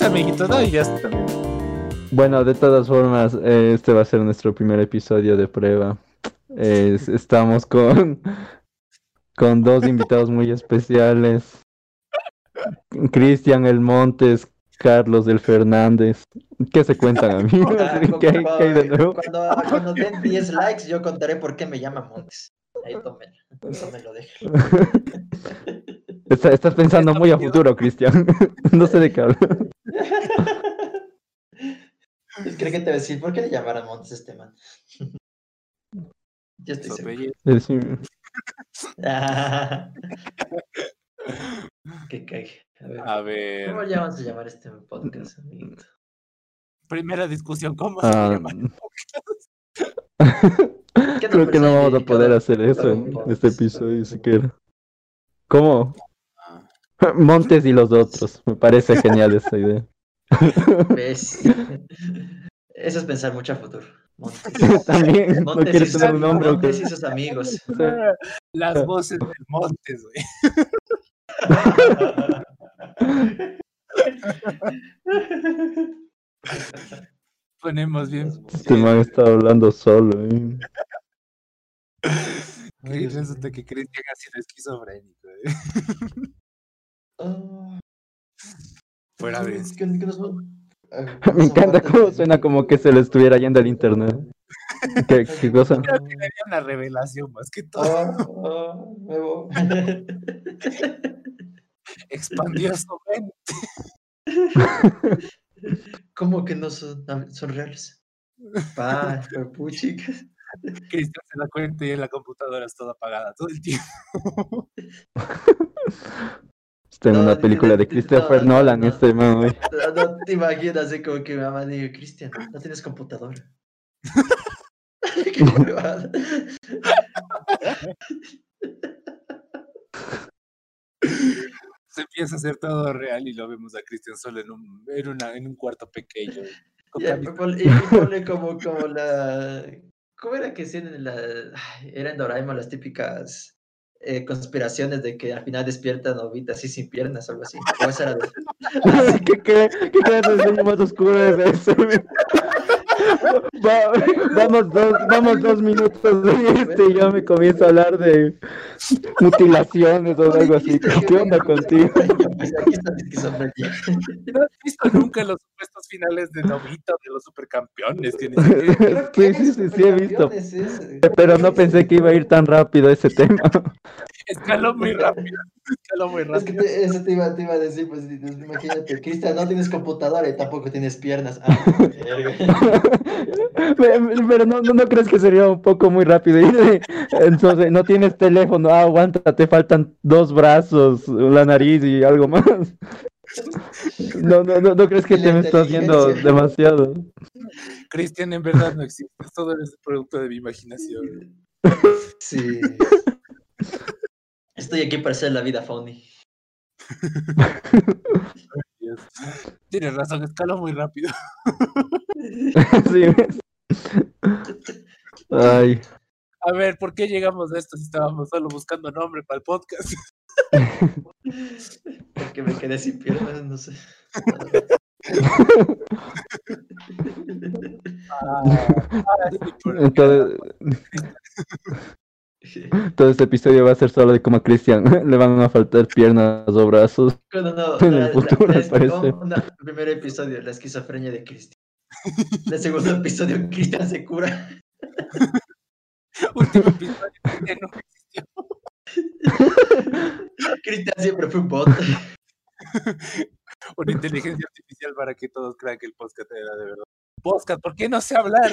amiguito, ¿no? Y ya está también. Bueno, de todas formas, este va a ser nuestro primer episodio de prueba. Estamos con dos invitados muy especiales. Cristian El Montes, Carlos del Fernández. ¿Qué se cuentan, amigos? ¿Qué hay de nuevo? Cuando den 10 likes, yo contaré por qué me llama Montes. Ahí tómenlo. Eso me lo dejo. Estás pensando muy a futuro, Cristian. No sé de qué hablas. Creo que te voy a decir, ¿por qué le llamaron Montes a este man? Yo estoy seguro. Decime. Que cague. A ver. ¿Cómo ya vamos a llamar este podcast, amiguito? Primera discusión, ¿cómo se llama? Creo que no vamos a poder hacer eso en este episodio siquiera. ¿Cómo? Montes y los otros. Me parece genial esa idea. ¿Ves? Eso es pensar mucho a futuro. Montes. También, no quieres tener un nombre. Montes y sus amigos. Las voces del Montes, güey. Ponemos bien. Este man está hablando solo. Oye, resulta que Cristian ha sido esquizofrénico. Fuera de eso. Me encanta cómo suena como que se le estuviera yendo al internet. ¿Qué cosa? Creo que le dio una revelación más que todo. Expandió su mente. ¿Cómo que no son reales? Puchica. Cristian se da cuenta y en la computadora es toda apagada todo el tiempo. Está en una película de Christopher Nolan, este man, güey. No te imaginas así como que mi mamá diga, Cristian, no tienes computadora. Qué huevada. Se empieza a hacer todo real y lo vemos a Cristian solo en un cuarto pequeño. Y ponle como la... ¿Cómo era que hacían era en Doraemon las típicas conspiraciones de que al final despierta Novita así sin piernas o algo así? O esa era de... ¿Qué clase de sueño más oscuro es ese? Vamos 2 minutos de y ya me comienzo a hablar de mutilaciones o algo así. ¿Qué onda contigo? Aquí está mi esquizofrenia. ¿No has visto nunca los supuestos finales de Novita de los supercampeones? Que Sí, he visto. Pero no pensé que iba a ir tan rápido ese tema. Escaló muy rápido. Es que eso te iba a decir, pues imagínate, Cristian, no tienes computadora y tampoco tienes piernas. Pero no crees que sería un poco muy rápido. Entonces, no tienes teléfono, aguanta, te faltan 2 brazos, la nariz y algo más. No crees que te me estás viendo demasiado. Cristian, en verdad no existe, todo es producto de mi imaginación. Sí. Estoy aquí para hacer la vida funny. Tienes razón, escaló muy rápido. Sí. Ay. A ver, ¿por qué llegamos a esto si estábamos solo buscando nombre para el podcast? Porque me quedé sin piernas, no sé. Entonces, todo este episodio va a ser solo de cómo a Cristian le van a faltar piernas o brazos. No, en el futuro, al parecer. El primer episodio, la esquizofrenia de Cristian. El segundo episodio, Cristian se cura. Último episodio, que no existió. Cristian siempre fue un bot. Una inteligencia artificial para que todos crean que el podcast era de verdad. Podcast, ¿por qué no sé hablar?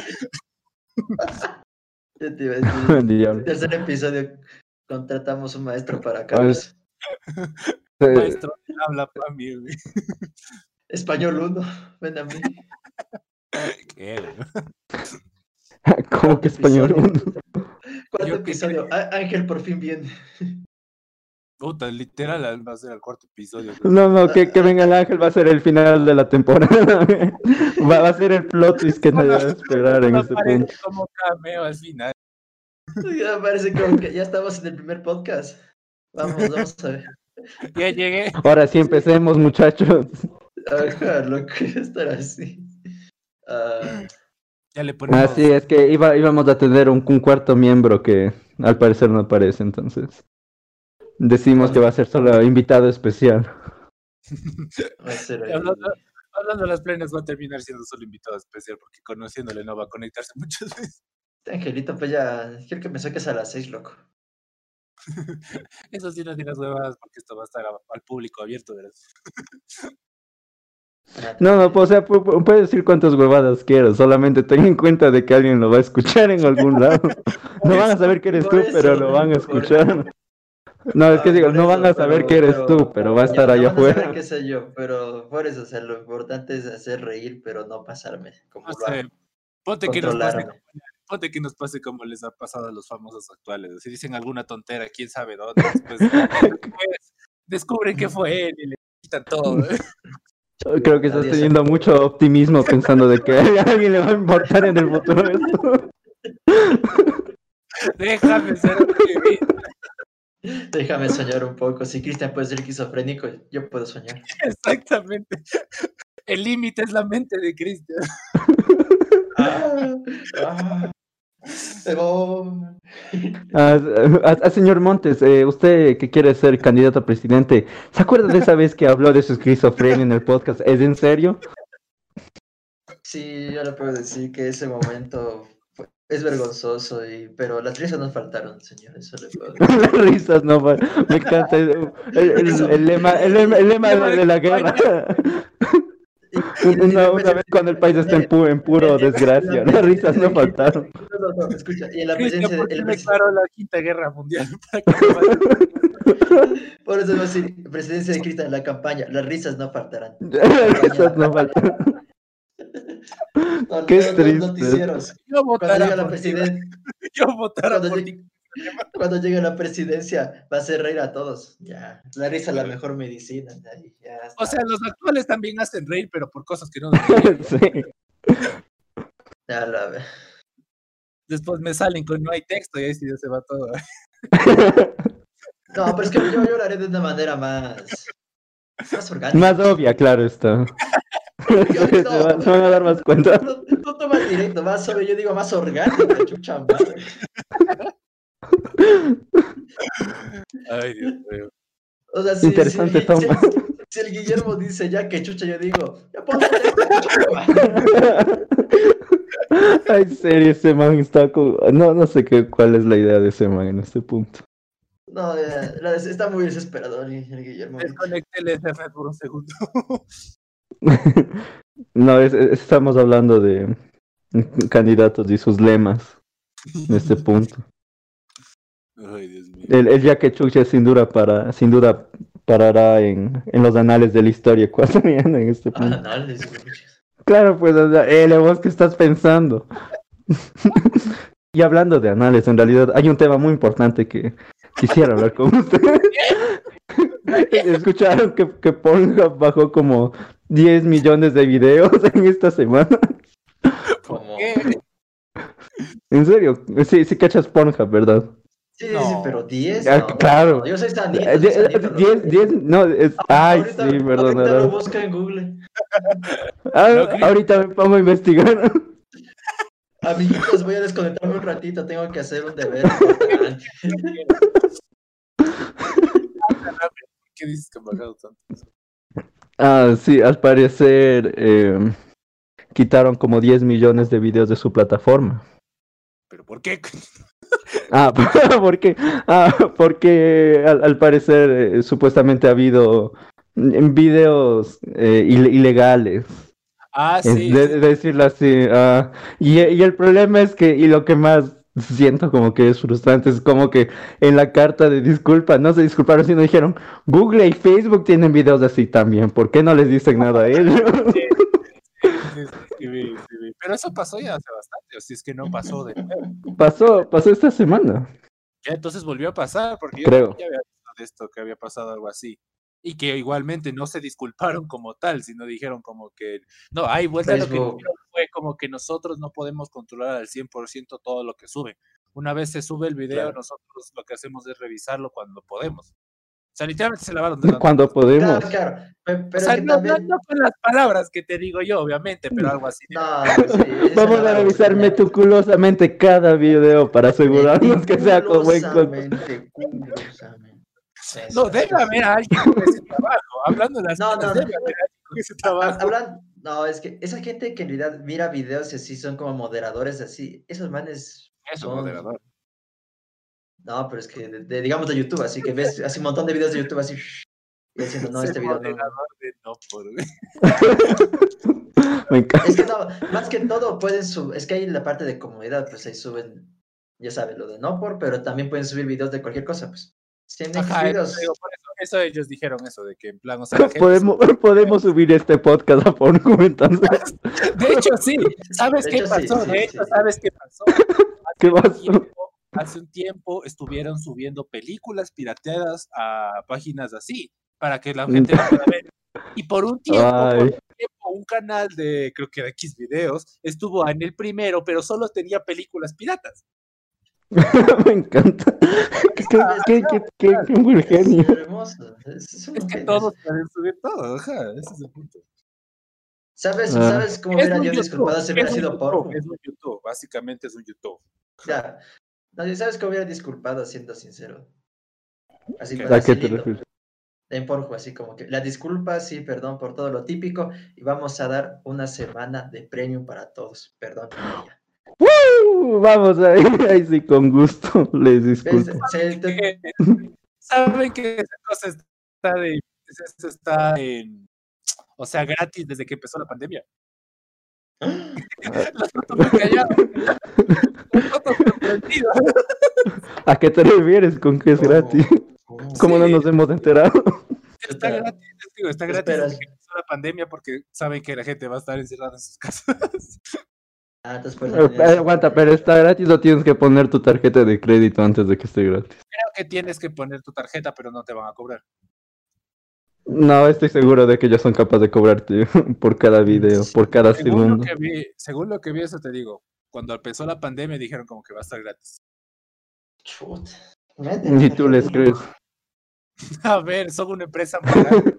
Yo te iba a decir, el tercer episodio, contratamos un maestro para Carlos. Maestro, habla para mí, güey. Español 1, ven a mí. ¿Qué? ¿Cómo que español 1? ¿Cuánto episodio? Ángel por fin viene. Puta, literal va a ser el 4º episodio. No, que venga el ángel va a ser el final de la temporada. Va a ser el plot twist que nadie va a esperar en este punto. Como cameo al final. Ya parece como que ya estamos en el primer podcast. Vamos a ver. Ya llegué. Ahora sí empecemos, muchachos. Ajá, loco, estar así. Ah, Ya le Ah, ponemos. sí, es que íbamos a tener un cuarto miembro que al parecer no aparece, entonces decimos que va a ser solo invitado especial. va a ser ahí. Hablando de las plenas, va a terminar siendo solo invitado especial porque conociéndole no va a conectarse muchas veces. Angelito, pues ya, quiero que me saques a las 6, loco. Eso sí no tienes huevadas porque esto va a estar al público abierto, ¿verdad? Nada, No, tranquilo. o sea, puedes decir cuántas huevadas quieras, solamente ten en cuenta de que alguien lo va a escuchar en algún lado. Por No van a eso, saber que eres Por tú, pero eso, lo van a escuchar. No, es que digo, por no van eso, a saber que eres tú, pero va a estar ya, no allá van a saber afuera. qué soy yo, pero por eso, o sea, lo importante es hacer reír, pero no pasarme, no como lo sé, hago, ponte que nos pase, controlarme. ponte que nos pase como les ha pasado a los famosos actuales. Si dicen alguna tontera, quién sabe dónde, después descubren que fue él y le quitan todo. Creo que estás Nadie teniendo mucho optimismo pensando de que a alguien le va a importar en el futuro esto. Déjame ser optimista. Déjame soñar un poco. Si Cristian puede ser esquizofrénico, yo puedo soñar. Exactamente. El límite es la mente de Cristian. Ah, ah, pero... Señor Montes, usted que quiere ser candidato a presidente, ¿se acuerda de esa vez que habló de su esquizofrenia en el podcast? ¿Es en serio? Sí, yo le puedo decir que ese momento es vergonzoso, pero las risas nos faltaron, señor, eso le puedo decir. Las risas, no, me encanta Eso, el lema Tema de de la campaña. guerra. y después Una vez cuando el país está en puro en la desgracia, las risas presidencia no de Cristian, faltaron. no, escucha, y en la Cristian, presidencia de, ¿por qué declaró la Quinta Guerra Mundial? Para que no vaya. por eso voy a decir, presidencia de Cristian, la campaña, las risas no faltarán. Las risas no Campaña, faltaron. no, Qué los triste. noticieros, Yo cuando votara llega la por ti. presidencia, Yo votara cuando por ti. llegue, cuando llegue la presidencia, va a hacer reír a todos. Ya, la risa es la mejor medicina. Ya O sea, está. los actuales también hacen reír, pero por cosas que no deberían. Sí. Ya la, Después me salen con no hay texto y ahí sí ya se va todo. no, pero es que yo lo haré de una manera más orgánica. Más obvia, claro está. No, Se van a dar más cuenta. no tomas directo, más obvio, yo digo más orgánica, chucha madre. Ay, Dios mío. O sea, Interesante toma. si el Guillermo dice ya que chucha, yo digo, ya pon tu texto, chucha madre. Ay, serio, ese man está con... No sé cuál es la idea de ese man en este punto. No, está muy desesperado el Guillermo ahorita. Desconecté el SF por un segundo. No, estamos hablando de candidatos y sus lemas en este punto. Ay, Dios mío. El ya que Chucha sin duda parará en los anales de la historia ecuatoriana en este punto. Anales, Claro, pues, o sea, vos qué estás pensando. Y hablando de anales, en realidad hay un tema muy importante que quisiera hablar con ustedes. Escucharon que Pornhub bajó como 10 millones de videos en esta semana. ¿Por como... qué? En serio, sí cachas Pornhub, ¿verdad? Sí, No. pero 10, Ah, no, claro. yo soy sanito, 10, no, ay, Ahorita, sí, ahorita lo perdón. busca en Google. No, Chris, Ahorita me pongo a investigar. Amiguitos, voy a desconectarme un ratito, tengo que hacer un deber importante. ¿qué dices que han bajado tanto? Sí, al parecer quitaron como 10 millones de videos de su plataforma. ¿Pero por qué? Ah, ¿por qué? Porque al parecer supuestamente ha habido videos ilegales. Ah, Es sí, sí. de decirlo así. Y el problema es que, y lo que más siento como que es frustrante, es como que en la carta de disculpa no se disculparon, sino dijeron, Google y Facebook tienen videos así también, ¿por qué no les dicen nada a ellos? Sí. Pero eso pasó ya hace bastante, o si es que no pasó de nuevo. Pasó esta semana, Ya entonces volvió a pasar, porque yo creo. ya había visto de esto, que había pasado algo así. Y que igualmente no se disculparon como tal, sino dijeron como que, no, hay vuelta lo que Facebook, dijeron fue como que nosotros no podemos controlar al 100% todo lo que suben. Una vez se sube el video, claro. nosotros lo que hacemos es revisarlo cuando podemos. O sea, literalmente se lavaron de las Cuando manos. podemos. Claro, pero O sea, es que no, también... no con las palabras que te digo yo, obviamente, pero algo así. No, sí, esa Vamos a lavada revisar sería- meticulosamente cada video para asegurarnos que sea con buen cuerpo. Culosamente. No, debe haber alguien con ese trabajo. Hablando de las No, cosas, no, debe no. haber alguien con ese trabajo. Hablan, no, es que esa gente que en realidad mira videos y así son como moderadores así, esos manes Eso, son... moderador. No, pero es que digamos de YouTube, así que ves así un montón de videos de YouTube así y diciendo, no, Ser este video no. moderador de no por. Me encanta. Es que no, más que todo pueden subir, es que hay la parte de comunidad, pues ahí suben, ya sabes, lo de no por, pero también pueden subir videos de cualquier cosa, pues. Si en X Ajá, videos, digo, por eso ellos dijeron eso, de que en plan, o sea, la gente Podemos subir este podcast a Pornhub entonces. De hecho, sí. ¿Sabes De qué hecho, sí, pasó? sí, De hecho, sí. ¿sabes qué pasó? ¿Qué pasó? Hace un tiempo estuvieron subiendo películas pirateadas a páginas así, para que la gente lo pueda ver. Y por un tiempo, un canal de, creo que de X videos, estuvo en el primero, pero solo tenía películas piratas. Me encanta. Qué buen genio. es hermoso. Es que todos pueden subir todo, ajá, ese es el punto. ¿Sabes cómo Es hubiera un yo YouTube, disculpado si hubiera es un sido YouTube, porno? Es un YouTube, básicamente es un YouTube. Ya. No, ¿sabes cómo hubiera disculpado siendo sincero? Así ¿Qué? ¿A qué te facilito. refieres? En Pornhub, así como que la disculpa, sí, perdón por todo lo típico y vamos a dar una semana de premium para todos. Perdón, ya. Vamos a ir ahí sí con gusto. Les disculpo. ¿Saben que esa cosa está en, o sea, gratis desde que empezó la pandemia? Los noto muy callados. Los noto sorprendidos. ¿A qué te refieres con que es gratis? ¿Cómo no nos hemos enterado? Está gratis, digo, está gratis Esperas. desde que empezó la pandemia porque saben que la gente va a estar encerrada en sus casas. Entonces por eso tenías- Aguanta, pero está gratis o tienes que poner tu tarjeta de crédito antes de que esté gratis. Creo que tienes que poner tu tarjeta, pero no te van a cobrar. No, estoy seguro de que ellos son capaces de cobrarte por cada video, por cada segundo. Según lo que vi, eso te digo. Cuando empezó la pandemia dijeron como que va a estar gratis. Chuta. Y tú les crees. A ver, son una empresa muy grande.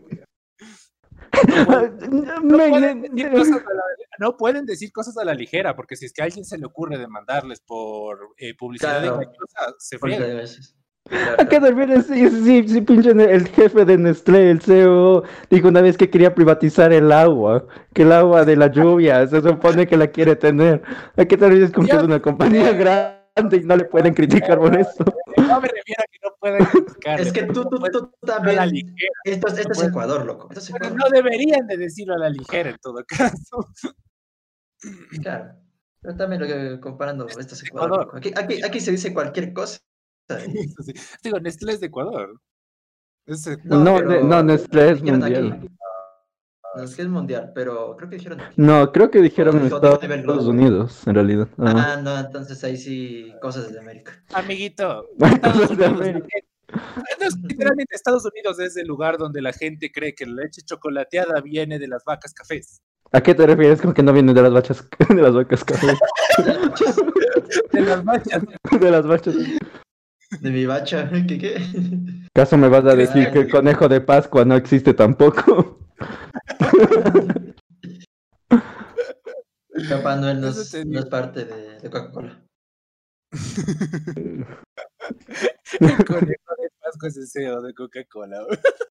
No pueden decir cosas a la ligera, porque si es que a alguien se le ocurre demandarles por publicidad Claro. engañosa, se Porque friegan. a veces- ¿A qué te refieres? Sí, pinche el jefe de Nestlé, el CEO, dijo una vez que quería privatizar el agua, que el agua de la lluvia se supone que la quiere tener. ¿A qué te refieres con que es una compañía grande y no le pueden criticar por eso? No me refiero a que no puedan criticar. Es que tú también. Esto es Ecuador, loco. Esto es Pero Ecuador. no deberían de decirlo a la ligera en todo caso. Claro. Pero también lo que comparando, esto es Ecuador. Ecuador. Loco. Aquí se dice cualquier cosa. Eso sí. Digo, Nestlé es de Ecuador. No, Nestlé es dijeron mundial. aquí. No, es que es mundial, pero creo que dijeron aquí. No, creo que dijeron en Lo dijo a nivel Estados global. Unidos, en realidad. Ah, no, entonces ahí sí, cosas de América. Amiguito, Cosas de América. Literalmente Estados Unidos es el lugar donde la gente cree que la leche chocolateada viene de las vacas cafés. ¿A qué te refieres con que no vienen de las vacas café? De las vacas. De las vacas. De mi bacha, ¿qué? ¿Acaso me vas a decir que el conejo de Pascua no existe tampoco? Papá Noel no Eso es, te no digo. es parte de Coca-Cola. El conejo de Pascua es el CEO de Coca-Cola.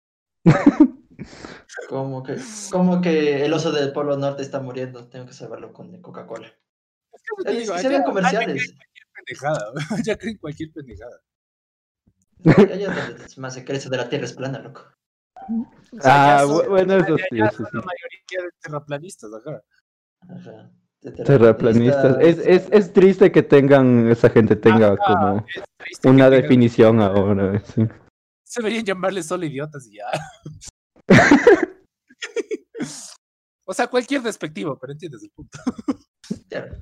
Como que el oso del Polo Norte está muriendo, tengo que salvarlo con Coca-Cola. Es que se ven comerciales. Pendejada, ya creen cualquier pendejada. Allá donde más se crece de la Tierra es plana, loco. Bueno, eso sí, Ya eso son sí. la mayoría de terraplanistas, ajá. Ajá. Terraplanistas. Es triste que esa gente tenga como Es triste una que tengan- definición ahora. Sí. Se deberían llamarles solo idiotas y ya. O sea, cualquier despectivo, pero entiendes el punto. Claro.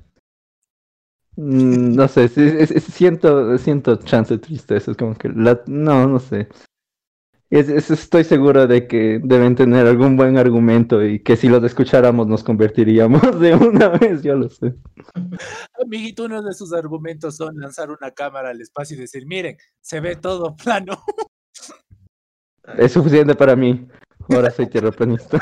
No sé, siento chance de tristeza. Es como que no sé. Estoy seguro de que deben tener algún buen argumento y que si los escucháramos nos convertiríamos de una vez, yo lo sé. Amiguito, uno de sus argumentos son lanzar una cámara al espacio y decir, miren, se ve todo plano. Es suficiente para mí. Ahora soy terraplanista.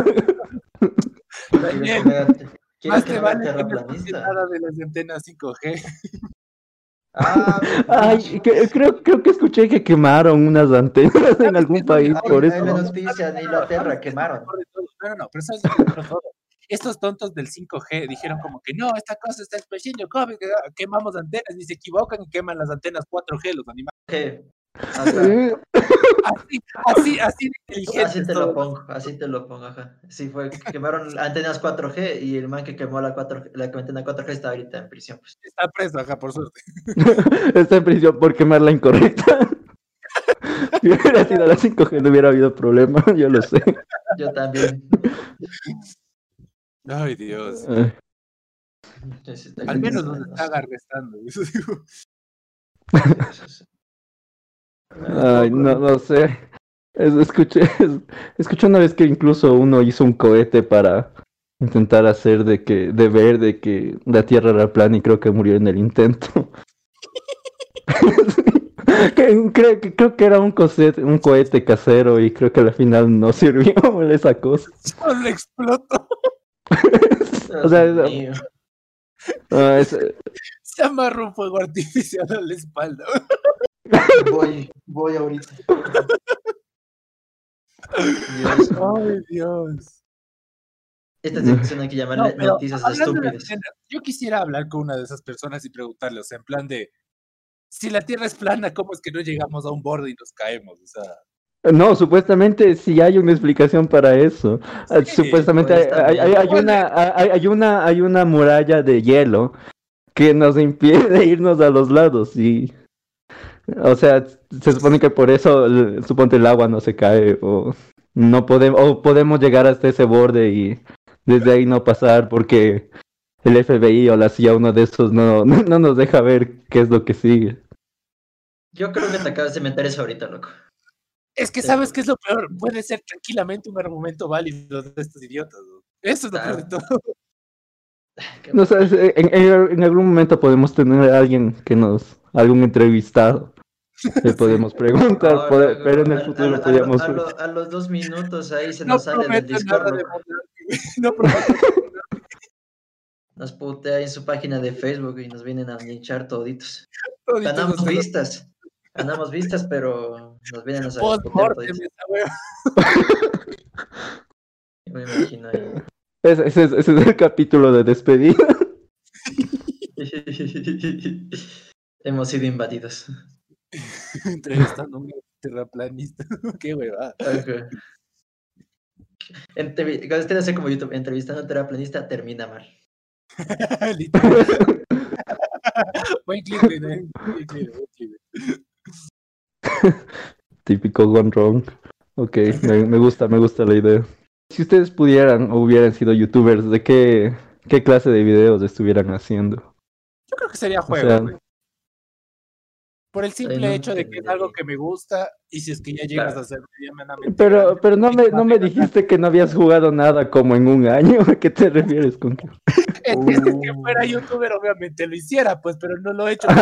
Daniel, ¿Quieres más que te no haga vale que no escuches terraplanista? nada de las antenas 5G. Ah, Ay, creo que escuché que quemaron unas antenas en ¿Sabes qué algún es lo país, mejor hay, por de eso. hay la todo? noticia en ¿Sabes Inglaterra, qué es lo quemaron. mejor de todo? No, pero ¿sabes lo que es lo mejor de todo? Estos tontos del 5G dijeron como que no, esta cosa está especial, COVID, que quemamos antenas, y se equivocan y queman las antenas 4G, los animales. ¿Qué? Ajá. Así de inteligentes todos. Así te lo pongo, ajá. Sí, quemaron antenas 4G y el man que quemó la antena 4G está ahorita en prisión, pues. Está preso, ajá, por suerte. Está en prisión por quemar la incorrecta. Si hubiera sido la 5G no hubiera habido problema, yo lo sé. Yo también. Ay, Dios. Sí, está Al menos nos cansado, están arrestando. Eso digo. sí. Ay, no sé. Escuché una vez que incluso uno hizo un cohete para intentar hacer de ver de que la Tierra era plana y creo que murió en el intento. Creo que era un cohete casero y creo que al final no sirvió esa cosa. Solo explotó. O sea, Se amarró un fuego artificial a la espalda. Voy ahorita. Dios. Ay, Dios. Esta sección hay que llamarle No, pero noticias hablando de las estúpidas. antenas, yo quisiera hablar con una de esas personas y preguntarle, o sea, en plan de, si la Tierra es plana, ¿cómo es que no llegamos a un borde y nos caemos? O sea, no, supuestamente sí hay una explicación para eso. Supuestamente pues, también. hay una muralla de hielo que nos impide irnos a los lados y, o sea, se supone que por eso, suponte el agua no se cae o no podemos, o podemos llegar hasta ese borde y desde ahí no pasar porque el FBI o la CIA, uno de esos, no nos deja ver qué es lo que sigue. Yo creo que te acabas de meter eso ahorita, loco. es que ¿sabes qué es lo peor? Puede ser tranquilamente un argumento válido de estos idiotas, ¿no? Eso es lo peor de todo. No sé, en algún momento podemos tener a alguien algún entrevistado. Le podemos preguntar, No, luego, pero en el futuro podríamos... a los 2 minutos ahí se No nos sale del prometo Discord, nada de loco. burlarme. No prometo. Nos putea en su página de Facebook y nos vienen a linchar toditos. Toditos nos Ganamos vistas, pero nos vienen a putear post-mortem toditos. esa wea. Me imagino ahí. Ese es el capítulo de despedida. Hemos sido invadidos. Entrevistando a un terraplanista. Qué hueva. Okay. Cuando estén así como YouTube, entrevistando a un terraplanista, termina mal. Literal. Buen clip, ¿eh? Buen clip. Típico Gone Wrong. Ok, me gusta la idea. Si ustedes pudieran o hubieran sido youtubers, ¿de qué clase de videos estuvieran haciendo? Yo creo que sería O juego, sea, güey. Por el simple hecho de que es algo que me gusta y si es que ya llegas a ser medianamente pero no me dijiste que no habías jugado nada como en un año. ¿A qué te refieres con que? Es que fuera youtuber obviamente lo hiciera, pues, pero no lo he hecho.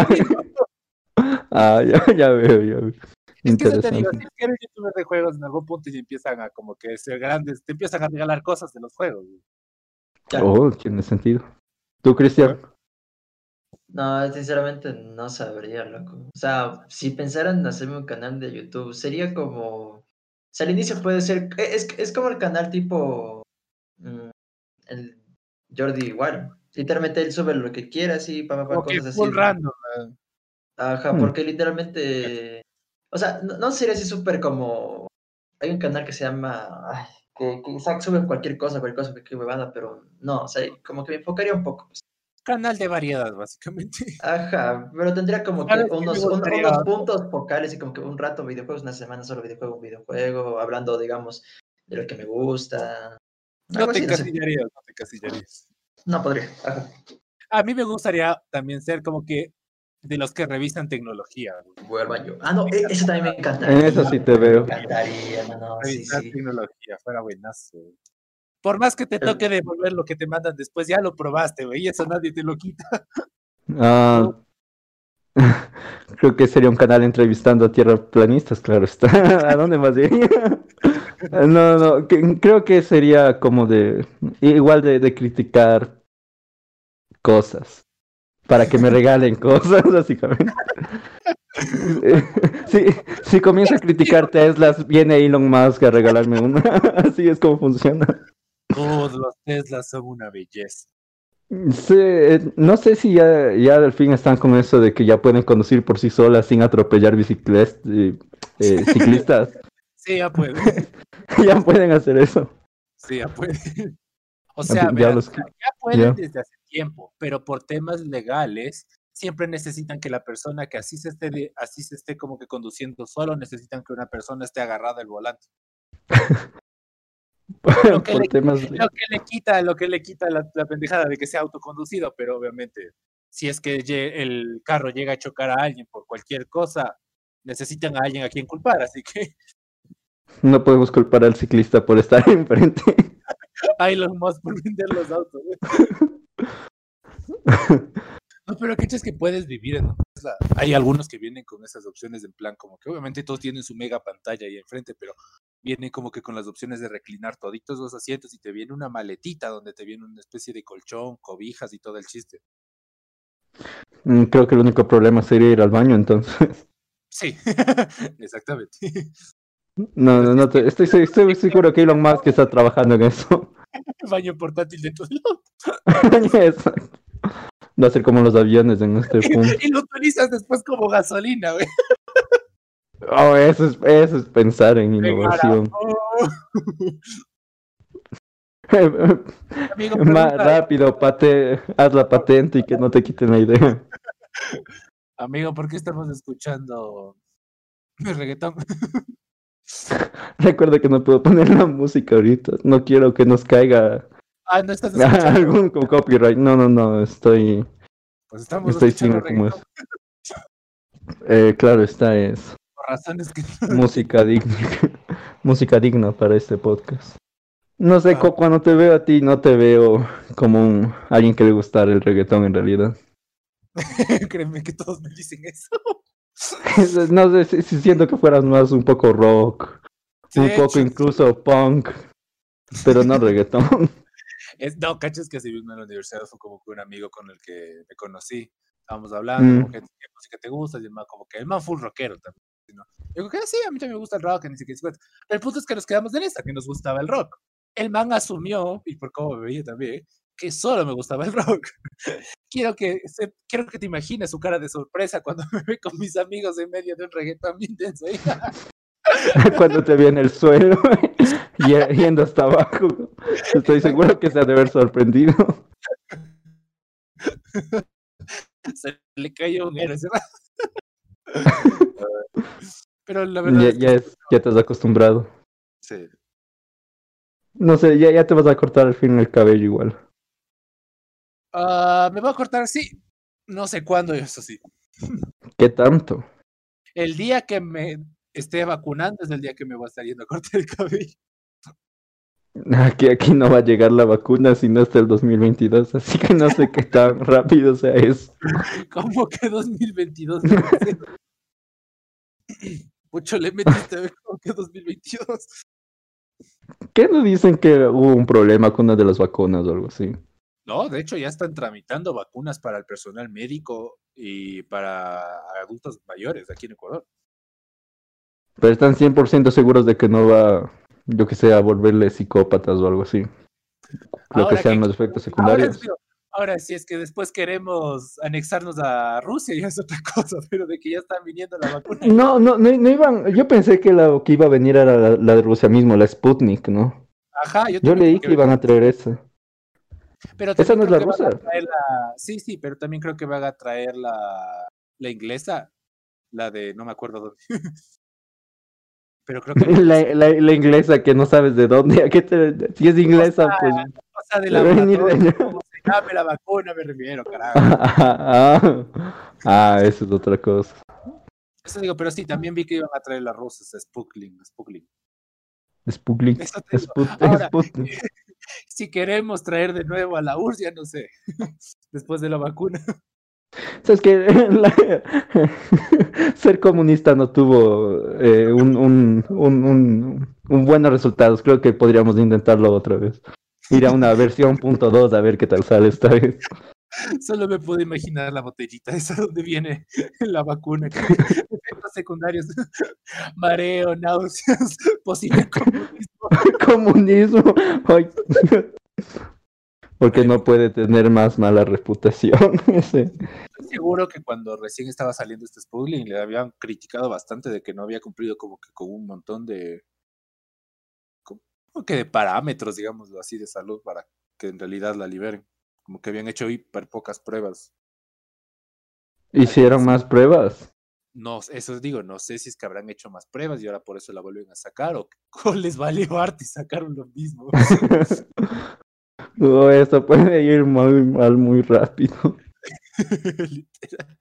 Ya veo. Es que eso te Interesante. digo, si eres youtuber de juegos en algún punto y empiezan a como que ser grandes, te empiezan a regalar cosas de los juegos. Oh, tiene sentido. ¿Tú, Cristian? No, sinceramente no sabría, loco. O sea, si pensaran en hacerme un canal de YouTube, sería como... O sea, al inicio puede ser... Es como el canal tipo... el Jordi igual. Literalmente él sube lo que quiera, así, Como que cosas full así. random. Ajá, porque literalmente... O sea, no sería así súper como... Hay un canal que se llama... Ay, que Isaac sube cualquier cosa, cualquier huevada, pero no, o sea, como que me enfocaría un poco. Pues. Canal de variedad, básicamente. Ajá, pero tendría como que ¿Sabes qué me unos gustaría? puntos focales y como que un rato videojuegos, una semana solo un videojuego, hablando, digamos, de lo que me gusta. No Algo te así, no sé. encasillarías. No podría. Ajá. A mí me gustaría también ser como que de los que revisan tecnología. Voy al baño. Ah, no, eso también me encantaría. En eso sí te veo. Me encantaría, no, sí, Revisar sí. tecnología, fuera buenazo. Por más que te toque devolver lo que te mandan después, ya lo probaste, güey, y eso nadie te lo quita. Ah, Creo que sería un canal entrevistando a tierraplanistas, claro está. ¿A dónde más iría? No, creo que sería como igual de criticar cosas, para que me regalen cosas, básicamente. Si comienzo a criticar Teslas, viene Elon Musk a regalarme una. Así es como funciona. Todos los Teslas son una belleza. Sí, no sé si ya al fin están con eso de que ya pueden conducir por sí solas sin atropellar ciclistas. Sí, ya pueden. Ya pueden hacer eso. Sí, ya pueden. O sea, verás, ya pueden desde hace tiempo, pero por temas legales siempre necesitan que la persona que así se esté como que conduciendo solo, necesitan que una persona esté agarrada al volante. Lo que le quita la pendejada de que sea autoconducido, pero obviamente si es que el carro llega a chocar a alguien por cualquier cosa, necesitan a alguien a quien culpar, así que no podemos culpar al ciclista por estar enfrente. hay los más por vender los autos. No, pero ¿qué es que puedes vivir en Tesla? Hay algunos que vienen con esas opciones en plan como que obviamente todos tienen su mega pantalla ahí enfrente, pero vienen como que con las opciones de reclinar toditos los asientos y te viene una maletita donde te viene una especie de colchón, cobijas y todo el chiste. Creo que el único problema sería ir al baño, entonces. Sí, exactamente. No, estoy seguro que Elon Musk está trabajando en eso. Baño portátil de tu lado. Exacto. Va a ser como los aviones en este punto. Y lo utilizas después como gasolina, güey. Oh, eso es pensar en innovación. Amigo, más rápido, haz la patente y que no te quiten la idea. Amigo, ¿por qué estamos escuchando el reggaetón? Recuerda que no puedo poner la música ahorita. No quiero que nos caiga no estás escuchando algún copyright. No, estoy escuchando como es. Claro, esta es por razones que música digna para este podcast. No sé, cuando te veo a ti, no te veo como alguien que le gustara el reggaetón en realidad. Créeme que todos me dicen eso. No sé si siento que fueras más un poco rock, un poco incluso punk, pero no reggaetón. No, cachas que así mismo en la universidad fue como que un amigo con el que me conocí. Estábamos hablando, como que qué música te gusta, y el man como que el man full rockero también, ¿no? Yo digo que sí, a mí también me gusta el rock, ni siquiera. Pero el punto es que nos quedamos en esta, que nos gustaba el rock. El man asumió, y por cómo me veía también, que solo me gustaba el rock. Quiero que te imagines su cara de sorpresa cuando me ve con mis amigos en medio de un reggaetón bien intenso. Cuando te vi en el suelo, yendo hasta abajo, estoy seguro que se ha de haber sorprendido. Se le cayó un héroe. Pero la verdad ya te has acostumbrado. Sí. No sé, ya te vas a cortar al fin el cabello igual. Me voy a cortar, sí. No sé cuándo, eso sí. ¿Qué tanto? El día que me esté vacunando es el día que me voy a estar yendo a cortar el cabello. Aquí no va a llegar la vacuna sino hasta el 2022, así que no sé qué tan rápido sea eso. ¿Cómo que 2022? Mucho le metiste a ver cómo que 2022. ¿Qué no dicen que hubo un problema con una de las vacunas o algo así? No, de hecho ya están tramitando vacunas para el personal médico y para adultos mayores aquí en Ecuador. Pero están 100% seguros de que no va, yo que sé, a volverle psicópatas o algo así. Lo que sean los efectos secundarios. Ahora, si es que después queremos anexarnos a Rusia, ya es otra cosa, pero de que ya están viniendo la vacuna. No iban. Yo pensé que la que iba a venir era la de Rusia mismo, la Sputnik, ¿no? Ajá, yo leí que iban a traer esa. Pero esa no es la rusa. Sí, pero también creo que van a traer la inglesa, la de no me acuerdo dónde. Pero creo que la inglesa que no sabes de dónde. Si es inglesa, pues. O sea, de laboratorio, como se llame la vacuna, me refiero, carajo. Eso es otra cosa. Eso digo, pero sí, también vi que iban a traer las rusas, Sputnik. Ahora, si queremos traer de nuevo a la URSS, ya no sé, después de la vacuna. ¿Sabes que ser comunista no tuvo buenos resultados? Creo que podríamos intentarlo otra vez. Ir a una versión .2 a ver qué tal sale esta vez. Solo me puedo imaginar la botellita esa donde viene la vacuna. Efectos secundarios, mareo, náuseas, posible comunismo. Comunismo. Ay, porque no puede tener más mala reputación. Estoy seguro que cuando recién estaba saliendo este Sputnik le habían criticado bastante de que no había cumplido como que con un montón de como que de parámetros, digámoslo así, de salud para que en realidad la liberen. Como que habían hecho hiper pocas pruebas. ¿Hicieron más pruebas? No, eso digo, no sé si es que habrán hecho más pruebas y ahora por eso la vuelven a sacar o les valió harto y sacaron lo mismo. No, eso puede ir muy mal muy rápido. Literal.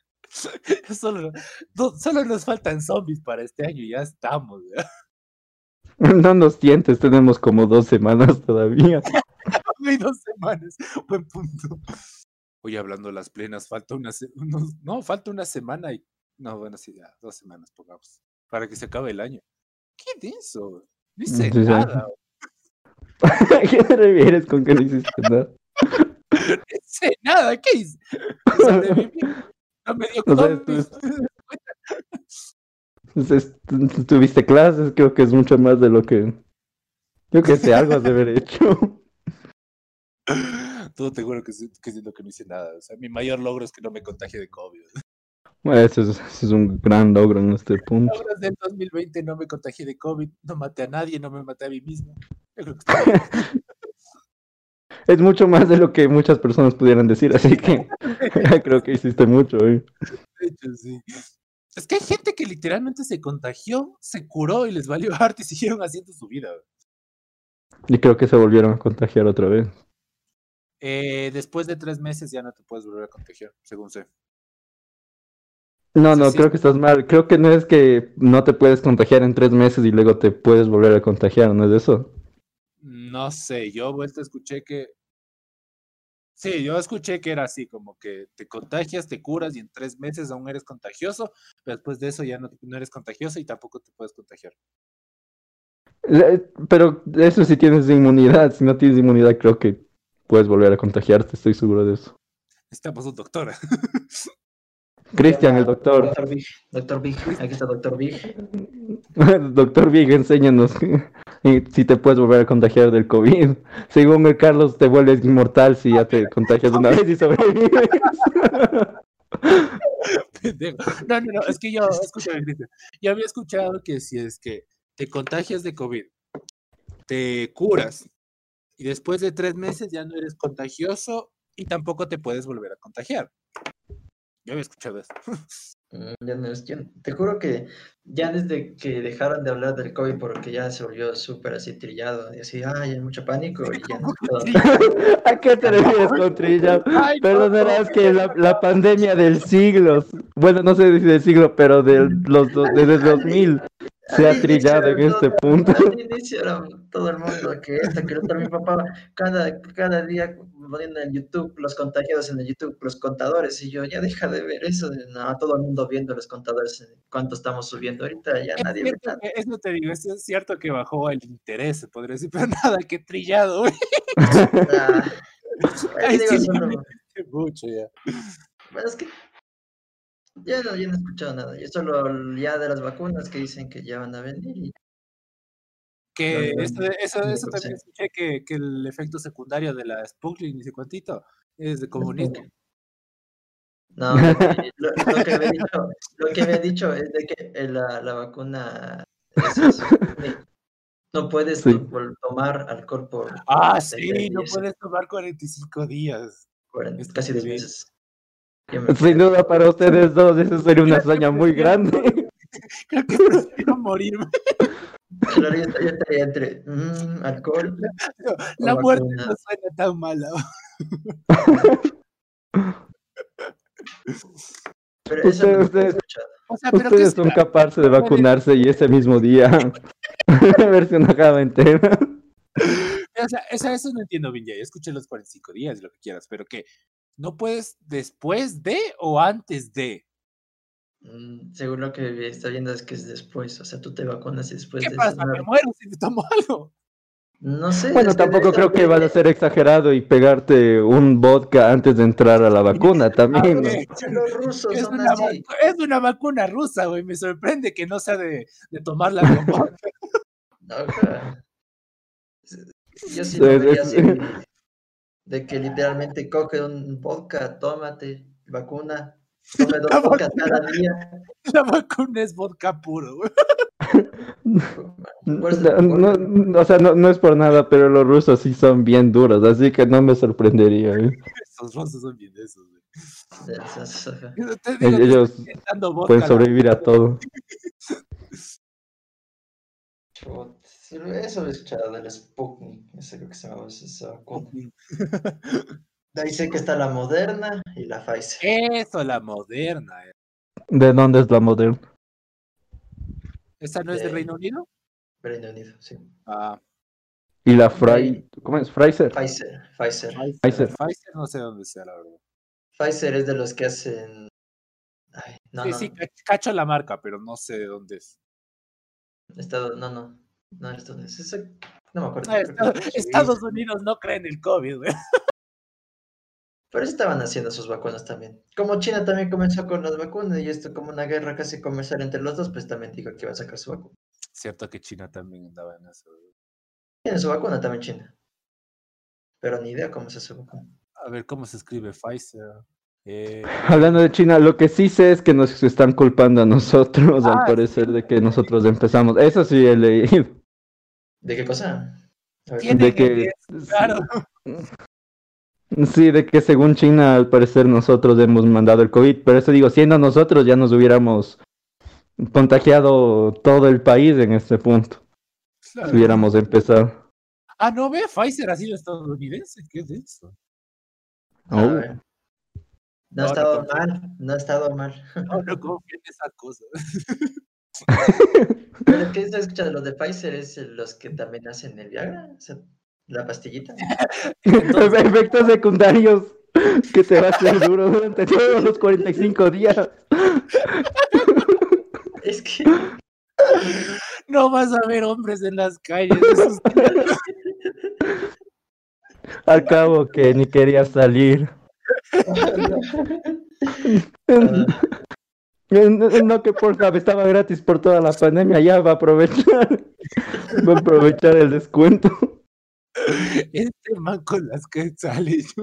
Solo nos faltan zombies para este año y ya estamos. ¿Ya? No nos tientes, tenemos como 2 semanas todavía. Hay 2 semanas, buen punto. Oye, hablando de las plenas, falta falta una semana y... No, bueno, sí, ya, 2 semanas pongamos, para que se acabe el año. ¿Qué de eso? No hice nada. ¿A qué te refieres con que no hiciste nada? No hice nada, ¿qué hice? Sobreviví. No me dio COVID. Entonces, tuviste clases, creo que es mucho más de lo que... Yo que sé, algo has de haber hecho. Todo te juro que siento que no hice nada. O sea, mi mayor logro es que no me contagie de COVID. Bueno, ese es un gran logro en este punto. Logros del 2020, no me contagié de COVID, no maté a nadie, no me maté a mí mismo. Yo creo que está bien. Es mucho más de lo que muchas personas pudieran decir, así que creo que hiciste mucho. De hecho, sí. Es que hay gente que literalmente se contagió, se curó y les valió harto y siguieron haciendo su vida. Y creo que se volvieron a contagiar otra vez. Después de 3 meses ya no te puedes volver a contagiar, según sé. No, O sea, no, sí, creo que estás mal. Creo que no es que no te puedes contagiar en 3 meses y luego te puedes volver a contagiar, ¿no es eso? no sé, yo escuché que... Sí, yo escuché que era así, como que te contagias, te curas y en 3 meses aún eres contagioso, pero después de eso ya no eres contagioso y tampoco te puedes contagiar. Pero eso sí tienes inmunidad. Si no tienes inmunidad, creo que puedes volver a contagiarte, estoy seguro de eso. Necesitamos un doctor. Cristian, el doctor. Doctor Big. Doctor Big. Aquí está Doctor Big. Doctor Big, enséñanos si te puedes volver a contagiar del COVID. Según el Carlos, te vuelves inmortal si ya te contagias una vez y sobrevives. No, es que escúchame, Cristian. Yo había escuchado que si es que te contagias de COVID, te curas y después de 3 meses ya no eres contagioso y tampoco te puedes volver a contagiar. Yo había escuchado eso. Ya no es, te juro que ya desde que dejaron de hablar del COVID porque ya se volvió súper así trillado y así, ay, hay mucho pánico y ya no ¿A qué te refieres con trillado? Perdonarás que la pandemia del siglo, bueno, no sé si del siglo, pero desde el 2000 se ha trillado en este punto. Al inicio era todo el mundo que lo otro, mi papá cada día poniendo en YouTube los contagiados en el YouTube, los contadores, y yo ya deja de ver eso, no, todo el mundo viendo los contadores, cuánto estamos subiendo ahorita, ya nadie ve tanto. Eso te digo, es cierto que bajó el interés, se podría decir, pero nada, que trillado, güey. Mucho ya. Bueno, es que ya no he escuchado nada, yo solo ya de las vacunas que dicen que ya van a venir y... Que eso también escuché que el efecto secundario de la Sputnik, ni sé cuántito, es de comunismo. No, lo que había dicho es de que la vacuna no puedes tomar alcohol por... sí, no puedes tomar 45 días. Casi 10 meses. Sin duda para ustedes dos, eso sería una hazaña muy grande. Creo que prefiero morirme. Claro, yo estaría entre alcohol. La muerte no suena tan mala. Pero eso ustedes son capaces de vacunarse y ese mismo día verse una cama entera. O sea, eso no entiendo bien ya. Yo escuché los 45 días, lo que quieras, pero que ¿No puedes después de o antes de? Según lo que está viendo es que es después, o sea, tú te vacunas y después ¿Qué de eso. pasa? Me muero si me tomo algo. No sé, Bueno, es que tampoco creo que vas a ser exagerado y pegarte un vodka antes de entrar a la vacuna A también, ¿no? ver, los rusos es son una, así. es una vacuna rusa, güey. Me sorprende que no sea de tomarla con vodka. Ajá. Yo sí lo Es- vería es- así, de que literalmente coge un vodka, tómate, vacuna, tome dos La vodkas vacuna, cada día. la vacuna es vodka puro, güey. Por eso, o sea, no es por nada, pero los rusos sí son bien duros, así que no me sorprendería, ¿eh? Esos rusos son bien de esos, güey. ajá. Yo te digo, te Ellos estoy intentando pueden vodka. sobrevivir a todo. Sí, eso lo he escuchado del Sputnik, ese creo que se llama esa vacuna. De ahí sé que está la Moderna y la Pfizer. Eso, la moderna. ¿De dónde es la Moderna? ¿Esa no es de Reino Unido? Reino Unido, sí. Ah, Y la De ahí, ¿cómo es? Pfizer. Pfizer. Pfizer. Pfizer no sé dónde sea, la verdad. Pfizer es de los que hacen. Ay, no, Sí, no, sí, cacho la marca, pero no sé de dónde es. no, esto no es. No me acuerdo. No, Creo que es Estados Suiza. Unidos no cree en el COVID, güey. Pero estaban haciendo sus vacunas también. Como China también comenzó con las vacunas y esto como una guerra casi comercial entre los dos, pues también dijo que iba a sacar su vacuna. Cierto que China también andaba en eso, güey. Tiene su vacuna también China. Pero ni idea cómo se hace su vacuna. A ver cómo se escribe Pfizer. Hablando de China, lo que sí sé es que nos están culpando a nosotros, al parecer, de que nosotros empezamos. Eso sí he leído. ¿De qué cosa? A ver, Tienen De que, claro. sí, de que según China, al parecer, nosotros hemos mandado el COVID. Pero eso digo, siendo nosotros, ya nos hubiéramos contagiado todo el país en este punto. Claro. Si hubiéramos empezado. Ah, no ve, Pfizer ha sido estadounidense. ¿Qué es eso? a Oh. ver. No ha No, estado confío. mal, no ha estado mal. No confío en esa cosa. Pero ¿qué estás escuchando? Los de Pfizer es los que también hacen el Viagra, o sea, la pastillita. Entonces, Efectos secundarios que te va a hacer duro durante todos los 45 días. Es que no vas a ver hombres en las calles. Esos Al cabo que ni quería salir. No que por favor estaba gratis por toda la pandemia, ya va a aprovechar. Va a aprovechar el descuento. este man con las quetzales.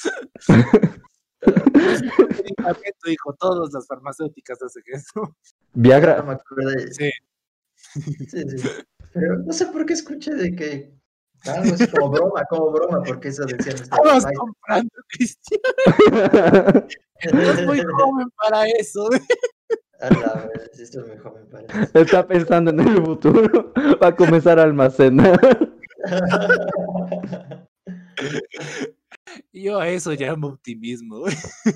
Medicamento, hijo, todas las farmacéuticas hacen eso. no Viagra. me acuerdo de... Sí. Sí. Pero no sé por qué escuché de que algo así como broma, porque eso decían Estabas ustedes. comprando, Cristian. Estás muy joven para eso. A la vez, esto es muy joven para eso. Está pensando en el futuro. Va a comenzar a almacenar. Yo a eso llamo optimismo.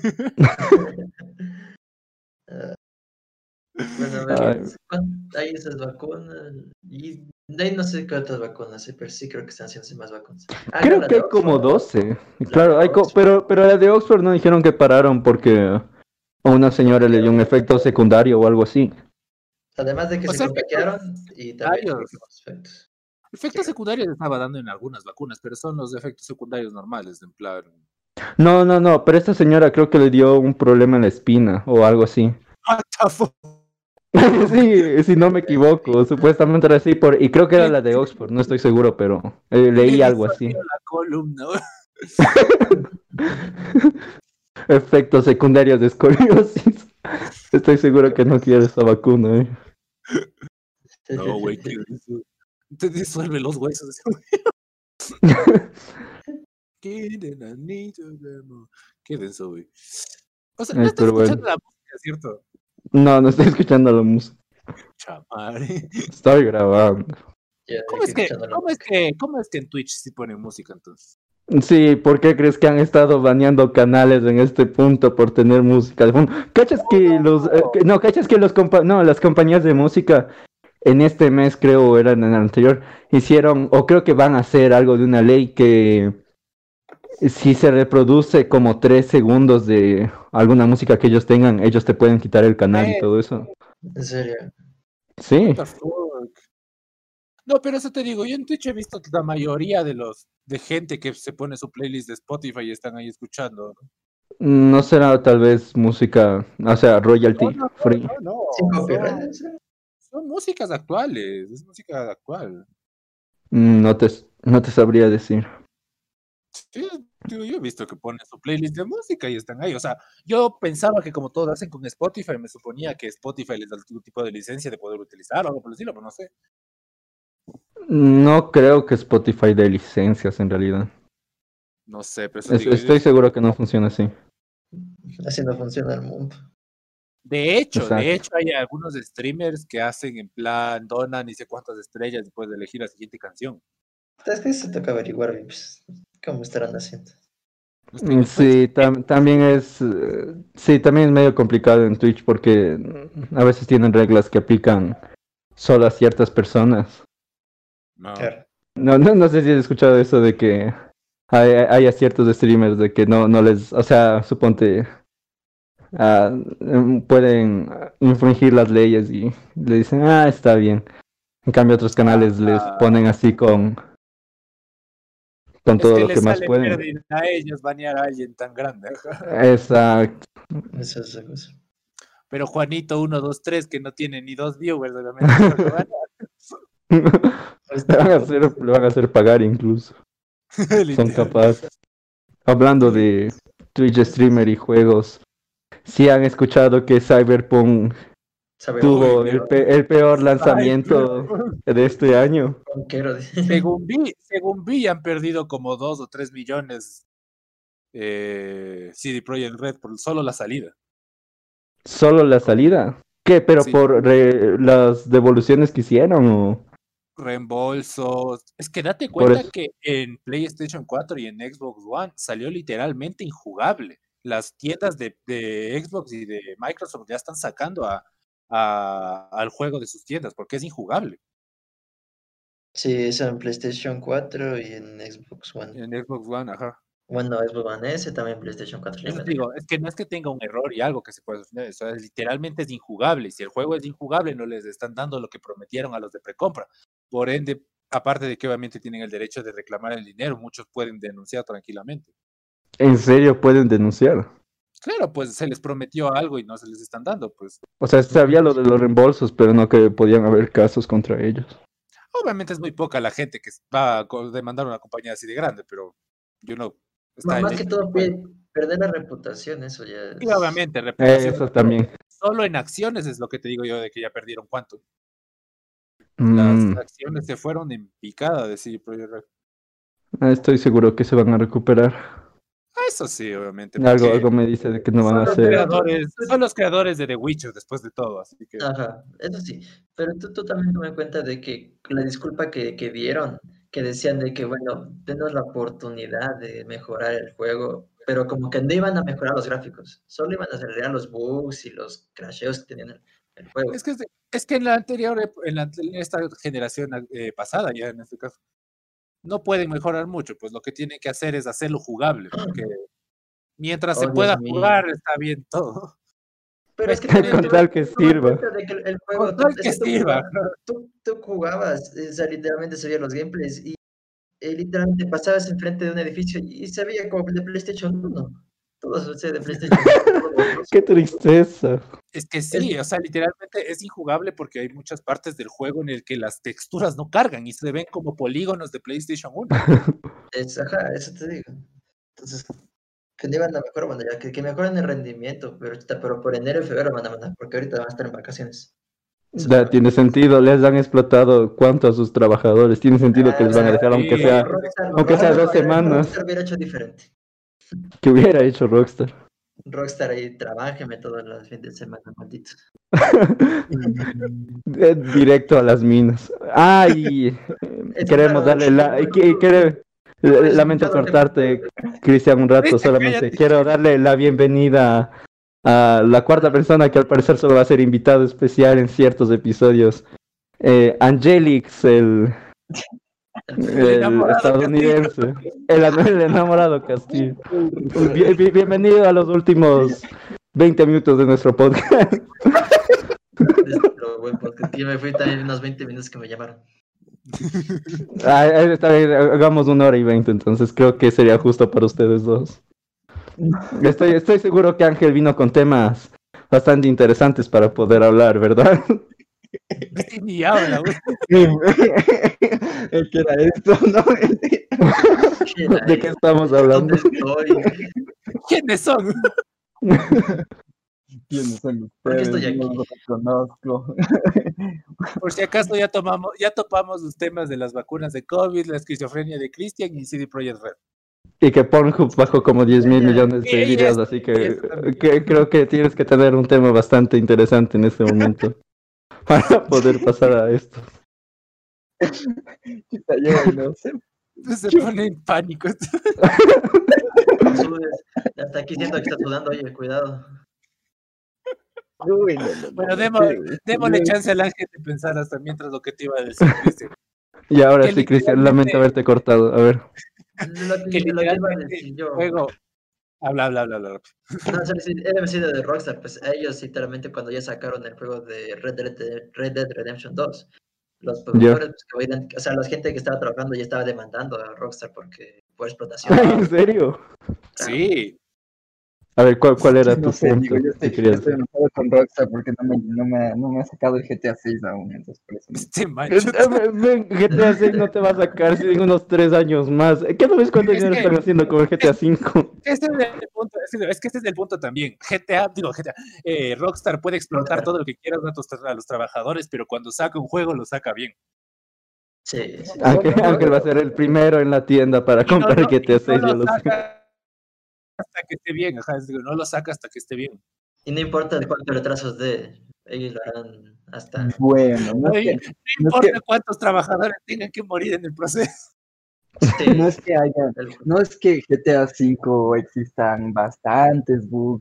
Bueno, a ver, hay esas vacunas y de ahí no sé qué otras vacunas, pero sí creo que están haciéndose más vacunas. Creo la que de hay como Oxford, 12. Claro, de hay Oxford. pero la de Oxford no dijeron que pararon porque a una señora le dio un efecto secundario o algo así. Además de que O se sea, contagiaron y también secundarios. los efectos. Efectos secundarios estaba dando en algunas vacunas, pero son los efectos secundarios normales, en plan. No, pero esta señora creo que le dio un problema en la espina o algo así. What the fuck? Sí, si no me equivoco, supuestamente era así, y creo que era la de Oxford, no estoy seguro, pero leí Le algo así. disolvió la columna. Efectos secundarios de escoliosis. Estoy seguro que no quiere esa vacuna, ¿eh? No, güey, ¿qué es eso? Te disuelve los huesos. Qué denso, güey. O sea, no Ay, estás pero escuchando bueno. la música, ¿cierto? No estoy escuchando la música. Chamare. Estoy grabando. Ya, ¿Cómo es que en Twitch sí ponen música entonces? Sí, ¿por qué crees que han estado baneando canales en este punto por tener música de fondo? ¿Cachas que las compañías de música en este mes, creo, o eran en el anterior, hicieron, o creo que van a hacer algo de una ley que Si se reproduce como 3 segundos de alguna música que ellos tengan, ellos te pueden quitar el canal y todo eso. En serio. Sí. What the fuck? No, pero eso te digo, yo en Twitch he visto que la mayoría de gente que se pone su playlist de Spotify y están ahí escuchando. No será tal vez música, o sea, royalty free. No, Sin copyright, ¿en serio? son músicas actuales, es música actual. No te sabría decir. Sí, yo he visto que ponen su playlist de música y están ahí. O sea, yo pensaba que como todos hacen con Spotify, me suponía que Spotify les da algún tipo de licencia de poder utilizar o algo por el estilo, pero no sé. No creo que Spotify dé licencias en realidad. No sé, pero eso digo, Estoy seguro que no funciona así. Así no funciona el mundo. de hecho, Exacto. hay algunos streamers que hacen en plan, donan ni sé cuántas estrellas después de elegir la siguiente canción. Es que se toca averiguar pues, cómo estarán haciendo. Pues te digo, en Twitch, Sí, también es sí, también es medio complicado en Twitch porque a veces tienen reglas que aplican solo a ciertas personas. no. Claro. No sé si has escuchado eso de que hay a ciertos streamers de que no les, o sea, suponte pueden infringir las leyes y le dicen, está bien. En cambio otros canales les ponen así con Es todo que lo que les más sale pueden. pérdida a ellos banear a alguien tan grande. Exacto. Esa es la cosa. Pero Juanito 123 que no tiene ni 2 viewers, obviamente no lo van Le van a hacer pagar incluso. Son capaces. Hablando de Twitch streamer y juegos, ¿sí han escuchado que Cyberpunk tuvo el peor lanzamiento de este año? Según vi, han perdido como 2 o 3 millones CD Projekt Red por solo la salida. ¿Solo la salida? ¿Qué? ¿Pero Sí. por las devoluciones que hicieron o...? Reembolsos. Es que date cuenta que en PlayStation 4 y en Xbox One salió literalmente injugable. Las tiendas de Xbox y de Microsoft ya están sacando al juego de sus tiendas porque es injugable. Sí, eso en PlayStation 4 y en Xbox One. En Xbox One, ajá. Bueno, Xbox One S, también PlayStation 4. Eso te digo, es que no es que tenga un error y algo que se pueda solucionar, eso es, literalmente es injugable. Y si el juego es injugable, no les están dando lo que prometieron a los de precompra. Por ende, aparte de que obviamente tienen el derecho de reclamar el dinero, muchos pueden denunciar tranquilamente. ¿En serio pueden denunciar? Claro, pues se les prometió algo y no se les están dando, pues. O sea, sabía lo de los reembolsos, pero no que podían haber casos contra ellos. Obviamente es muy poca la gente que va a demandar a una compañía así de grande, pero yo no... Más que todo, perder la reputación, eso ya es... Y obviamente, reputación. Eso también. Solo en acciones es lo que te digo yo de que ya perdieron cuánto. Las acciones se fueron en picada de CD Projekt Red. Estoy seguro que se van a recuperar. Eso sí, obviamente. Algo me dice de que no van a hacer. Son los creadores de The Witcher después de todo, así que... Ajá, eso sí. Pero tú también toma en cuenta de que la disculpa que dieron, que decían de que, bueno, denos la oportunidad de mejorar el juego, pero como que no iban a mejorar los gráficos, solo iban a arreglar los bugs y los crasheos que tenían el juego. Es que en la anterior, en esta generación pasada, ya en este caso, no pueden mejorar mucho, pues lo que tienen que hacer es hacerlo jugable, porque mientras se pueda jugar, está bien todo. Pero es que también con tal que sirva. De que el juego, con tal que sirva. Tú jugabas, o sea, literalmente se veían los gameplays y literalmente pasabas enfrente de un edificio y se veía como de PlayStation 1. Todo se de PlayStation 1. ¡Qué tristeza! Es que sí, o sea, literalmente es injugable porque hay muchas partes del juego en el que las texturas no cargan y se ven como polígonos de PlayStation 1. Ajá, eso te digo. Entonces, que no iban a mejorar, bueno, ya que mejoren el rendimiento, pero por enero y febrero van a mandar, porque ahorita van a estar en vacaciones. Tiene sentido, les han explotado cuánto a sus trabajadores, tiene sentido que les van a dejar aunque sea 2 semanas. Rockstar hubiera hecho diferente. ¿Qué hubiera hecho Rockstar? Rockstar ahí, trabájeme todos los fines de semana, maldito. Directo a las minas. Y queremos darle lamento cortarte, Cristian, un rato solamente. Quiero darle la bienvenida a la cuarta persona que al parecer solo va a ser invitado especial en ciertos episodios. Angelix, El estadounidense. El enamorado Castillo. Bienvenido a los últimos 20 minutos de nuestro podcast. Nuestro buen podcast. Yo me fui también unos 20 minutos que me llamaron. Está bien, hagamos 1 hora y 20, entonces creo que sería justo para ustedes dos. Estoy seguro que Ángel vino con temas bastante interesantes para poder hablar, ¿verdad? Ni habla, güey. ¿Qué era esto? ¿No? ¿De qué estamos hablando? ¿Quiénes son? ¿Quiénes son ¿Por qué ustedes? estoy aquí? No los conozco. Por si acaso ya topamos los temas de las vacunas de COVID, la esquizofrenia de Christian y CD Projekt Red. Y que Pornhub bajó como 10.000 millones de Y videos, así que creo que tienes que tener un tema bastante interesante en este momento para poder pasar a esto. Quizá yo no sé. Se pone en pánico. Hasta aquí siento que está sudando, oye, cuidado. Uy, no. Bueno, démosle chance al Ángel de pensar hasta mientras lo que te iba a decir, Cristian. Y ahora Que sí, Cristian, literalmente- lamento haberte cortado. A ver. Que Lo que iba a literalmente decir yo. juego. Habla. No, o sea, sí, era vencido de Rockstar, pues ellos literalmente cuando ya sacaron el juego de Red Dead Redemption 2, los productores, pues, que oían, o sea, la gente que estaba trabajando ya estaba demandando a Rockstar porque por explotación. ¿En serio? Sí. A ver, ¿cuál era tu No sé, punto? digo, yo ¿Qué estoy querías decir? enojado con Rockstar porque no me ha sacado el GTA 6 aún, entonces por eso. Este macho. GTA 6 no te va a sacar si en unos 3 años más. ¿Qué no ves cuánto Es dinero que- están haciendo con el GTA 5? Ese es el punto, es que ese es el punto también. Rockstar puede explotar Rockstar. todo lo que quiera a los trabajadores, pero cuando saca un juego lo saca bien. Sí. Ángel va a ser el primero en la tienda para comprar el GTA 6. No yo lo lo sé. saca hasta que esté bien, no lo saca hasta que esté bien. Y no importa de cuántos retrasos de ellos lo harán hasta. Bueno, no No es que, importa cuántos trabajadores tengan que morir en el proceso. Sí, no es que haya, no es que GTA 5 existan bastantes bugs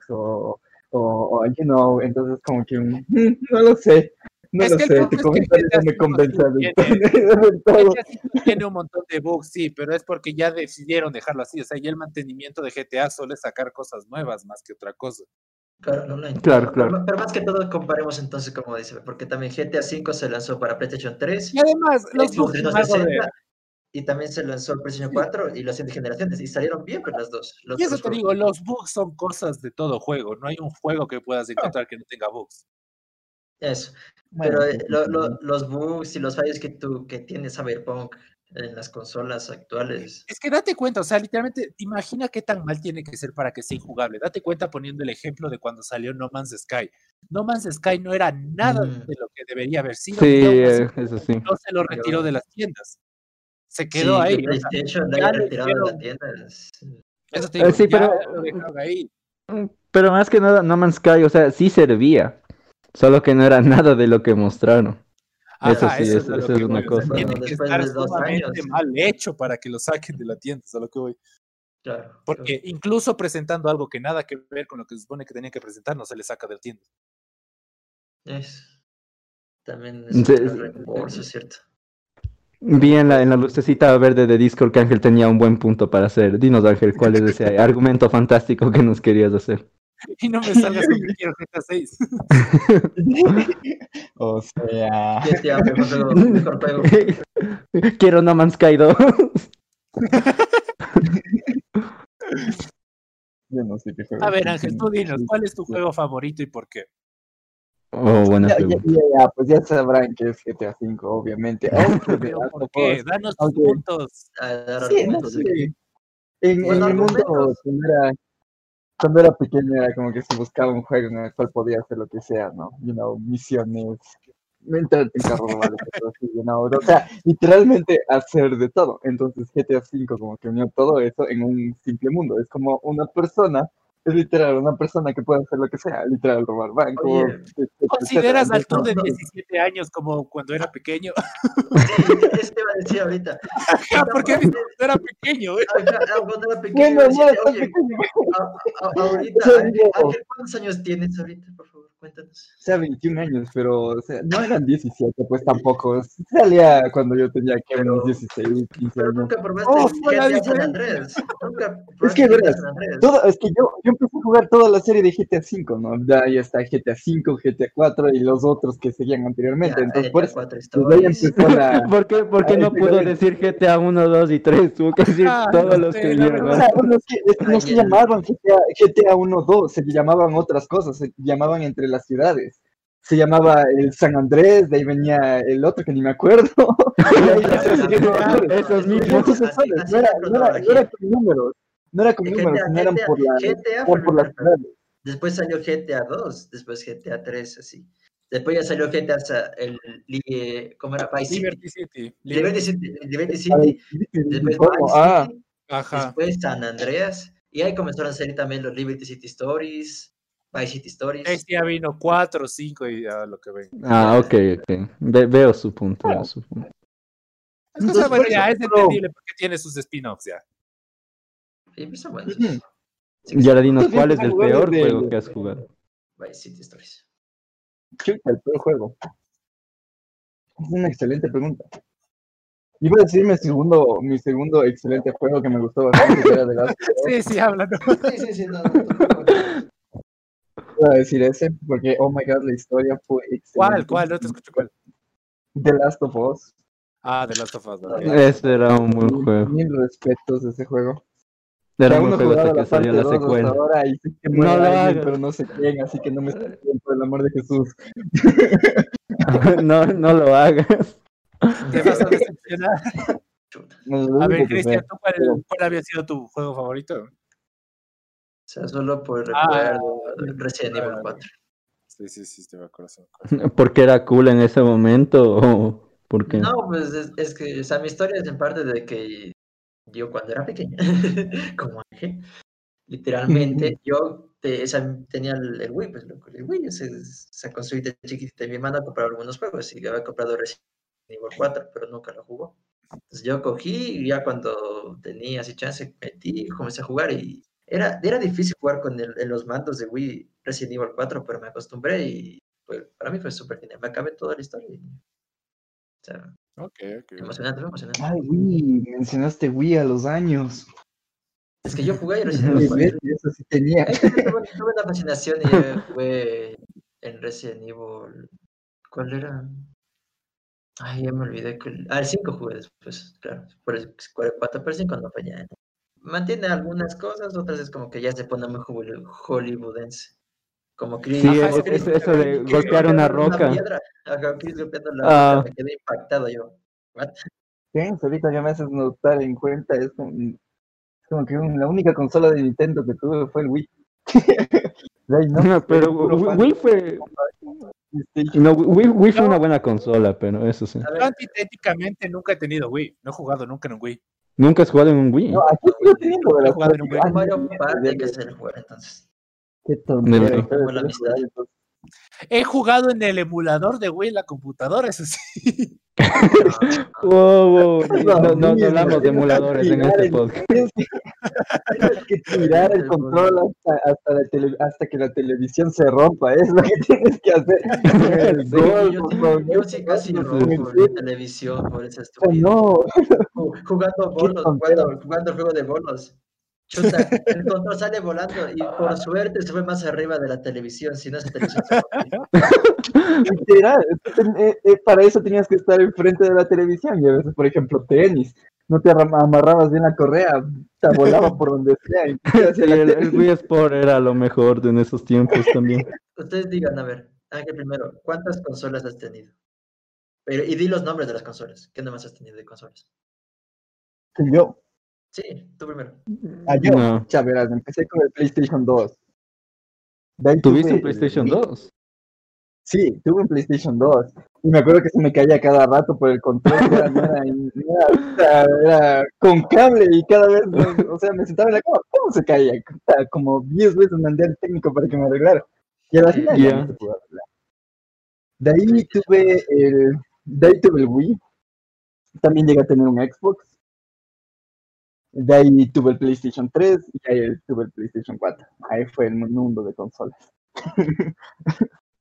entonces como que no lo sé. No Es lo que el sé, punto tu es que comentario GTA no me 5 convence sí del todo. GTA 5 tiene un montón de bugs, sí, pero es porque ya decidieron dejarlo así. O sea, ya el mantenimiento de GTA solo es sacar cosas nuevas más que otra cosa. claro, online. Claro. Pero más que todo comparemos entonces, como dice, porque también GTA 5 se lanzó para PlayStation 3, Y además, los Xbox bugs son algo 360 de... y también se lanzó el PlayStation 4 y las siguientes generaciones y salieron bien pues las dos. Y eso te digo, los bugs son cosas de todo juego. No hay un juego que puedas encontrar que no tenga bugs. Eso. Bueno, Pero los bugs y los fallos que tiene Cyberpunk en las consolas actuales. Es que date cuenta, o sea, literalmente, imagina qué tan mal tiene que ser para que sea injugable. Date cuenta poniendo el ejemplo de cuando salió No Man's Sky. No Man's Sky no era nada de lo que debería haber sido. Sí, y aún así, eso sí. no se lo retiró de las tiendas. Se quedó Sí, ahí. que PlayStation le ya haya le retirado de la hicieron- tienda. Eso te digo, Sí, ya pero- lo dejaron ahí. Pero más que nada, No Man's Sky, o sea, sí servía. Solo que no era nada de lo que mostraron. Eso Ajá, sí, eso eso a lo es que una voy, o sea, cosa. tiene Bueno, que después estar de 2 sumamente años. mal hecho para que lo saquen de la tienda, es a lo que voy. Claro. Porque incluso presentando algo que nada que ver con lo que se supone que tenía que presentar, no se le saca de la tienda. También es Sí, otro sí. reembolso, ¿cierto? Vi en la lucecita verde de Discord que Ángel tenía un buen punto para hacer. Dinos, Ángel, ¿cuál es ese argumento fantástico que nos querías hacer? Y no me salgas con que quiero GTA 6. O sea, GTA, mejor juego. Quiero No Man's Sky 2. yo no sé qué juego. A ver, Ángel, tú dinos, ¿cuál es tu juego favorito y por qué? Oh, buena pregunta. Pues ya sabrán que es GTA 5, obviamente. Aunque Pero de ¿por Last qué? of Us- Danos tus aunque- puntos. A dar Sí, no argumentos de sé. que- En Bueno, mi mundo, argumentos. cuando era pequeño, era como que si buscaba un juego en el cual podía hacer lo que sea, ¿no? Misiones, meterte en carro, vale, cosas así, o sea, literalmente hacer de todo. Entonces GTA 5 como que unió todo eso en un simple mundo. Es como una persona, es literal, una persona que puede hacer lo que sea, literal, robar bancos, Oye, ¿Consideras al tú de no. 17 años como cuando era pequeño? Es que iba a decir ahorita. ¿Por qué cuando era pequeño? Güey? Cuando era pequeño, Bueno, decía, no, oye, ahorita, Sí, Ángel, no. ¿cuántos años tienes ahorita, por favor? cuéntanos. O sea, 21 años, pero o sea, no eran 17, pues tampoco. Salía cuando yo tenía que unos 16, 15 Pero años. nunca probaste fue la GTA San diferencia. Andrés. Nunca Es que probaste GTA verás, San Andrés. es que yo empecé a jugar toda la serie de GTA V, ¿no? De ahí está GTA V, GTA 4 y los otros que seguían anteriormente. Ya, Entonces, por GTA eso, 4 desde ahí Stories. empezó la. ¿Por qué no pudo decir GTA 1, 2 y 3? Tuvo que decir Ah, todos no los sé, que la vinieron. O verdad. sea, bueno, es que no se Ay, llamaban GTA 1, 2, se llamaban otras cosas, se llamaban entre las ciudades. Se llamaba el San Andrés, de ahí venía el otro que ni me acuerdo. Y de ahí Ya, se seguían no, sucesores. esos escucha, mismos. Seguían sucesores, así no era, la no era, no cronología. era con números, no era con números, sino eran por GTA fue el por las primer juego. ciudades. Después salió GTA 2, después GTA 3, así. Después ya salió GTA, ¿cómo era? Vice City. Liberty City. Liberty City, Liberty A ver, City, después ¿cómo? Vice Ah, City, Ajá. después San Andreas, y ahí comenzaron a salir también los Liberty City Stories, Vice City Stories. Ya vino 4, 5 y ya lo que ven. Ah, ok. Veo su punto, veo su punto. Es que, o sea, Entonces, bueno, por ya eso, es entendible porque tiene sus spin-offs ya. sí, pues son buenos. ujú. Sí que Y ahora son dinos, Entonces, ¿cuál es empecé a el jugar peor desde juego que has jugado? Vice City Stories. Chuta, el peor juego. Es una excelente pregunta. Iba a decir mi segundo excelente juego que me gustó bastante, que era The Last of Us. Sí, háblalo. Sí, no, tu juego favorito. Iba a decir ese, porque, oh my god, la historia fue excelente. ¿Cuál? No te escucho cuál. The Last of Us. Ah, The Last of Us. Ok. Ese era un buen juego. Mil respetos a ese juego. Era Que un aún buen no he juego hasta jugado que la salió parte la 2 hasta secuela. ahora y sé que No muere lo alguien, hagas. pero no sé quién, así que no me está bien, por el amor de Jesús. No lo hagas. Te vas a decepcionar. Chuta. No es lo A ver, único que sé. Cristian, ¿tú cuál había sido tu juego favorito? O sea, solo por Ah, recuerdo, Resident Evil 4. Sí, te me acuerdo. ¿Porque era cool en ese momento o por qué? No, pues es que, o sea, mi historia es en parte de que yo cuando era pequeña, como Ángel, literalmente yo o sea, tenía el Wii, pues loco, el Wii se construyó de chiquitita y mi hermana compraba algunos juegos y yo había comprado Resident Evil 4, pero nunca lo jugó. Entonces yo cogí y ya cuando tenía así chance, metí y comencé a jugar y era difícil jugar con en los mandos de Wii Resident Evil 4, pero me acostumbré y pues, para mí fue súper genial. Me acabé toda la historia. O sea, Ok. emocionante, fue emocionante. Ay, Wii, mencionaste Wii a los años. Es que yo jugué Resident Sí, Evil 4. eso sí tenía. Ahí también tuve una fascinación y jugué en Resident Evil. ¿Cuál era? Ay, ya me olvidé. El 5 jugué después, claro. Por el 4, pero 5 no fue ya. Mantiene algunas cosas, otras es como que ya se pone muy hollywoodense. Como Chris, Sí, Ajá, eso de Chris golpear una golpeando una roca. piedra. Ajá, Chris golpeando la roca, Ah, me quedé impactado yo. ¿What? Sí, ahorita que me haces notar en cuenta, es como que la única consola de Nintendo que tuve fue el Wii. De ahí, ¿no? pero Puro fan. Wii fue. PlayStation. No, Wii fue No. una buena consola, pero eso sí. A Yo ver, antitéticamente nunca he tenido Wii. No he jugado nunca en un Wii. ¿Nunca has jugado en un Wii? No, aquí sigo teniendo, He ¿verdad? jugado en un Wii. con Mario Party hay que hacer el jugar entonces. Qué De tontería. ley. Como la amistad. He jugado en el emulador de Wii en la computadora, eso sí. Wow, No, no mismo, hablamos de tienes que emuladores en tirar este el- podcast. Tienes que tirar el control hasta que la televisión se rompa, es lo que tienes que hacer. El Sí. gol, Yo sí casi no sé. rompo la televisión por esa O sea, estupidez. no, Jugando qué bolos, tontera. jugando el juego de bolos. Chuta, el control sale volando y por suerte se fue más arriba de la televisión, si no esa televisión se rompe. Literal, para eso tenías que estar enfrente de la televisión y a veces, por ejemplo, tenis, no te amarrabas bien la correa, te volaba por donde sea. Y te Sí, hacía la el Wii Sport era lo mejor en esos tiempos también. Ustedes digan, a ver, Ángel primero, ¿cuántas consolas has tenido? Pero, y di los nombres de las consolas. ¿Qué nomás has tenido de consolas? Yo, Sí, tú primero. No. ya verás, empecé con el PlayStation 2. De ahí ¿Tuviste un tuve el PlayStation Wii. 2? Sí, tuve un PlayStation 2 y me acuerdo que se me caía cada rato por el control, que era con cable y cada vez, o sea, me sentaba en la cama, ¿cómo se caía? Como 10 veces mandé al técnico para que me arreglara y a la final ya no se pudo arreglar. De ahí tuve el Wii, también llegué a tener un Xbox, de ahí tuve el PlayStation 3 y ahí tuve el PlayStation 4. Ahí fue el mundo de consolas.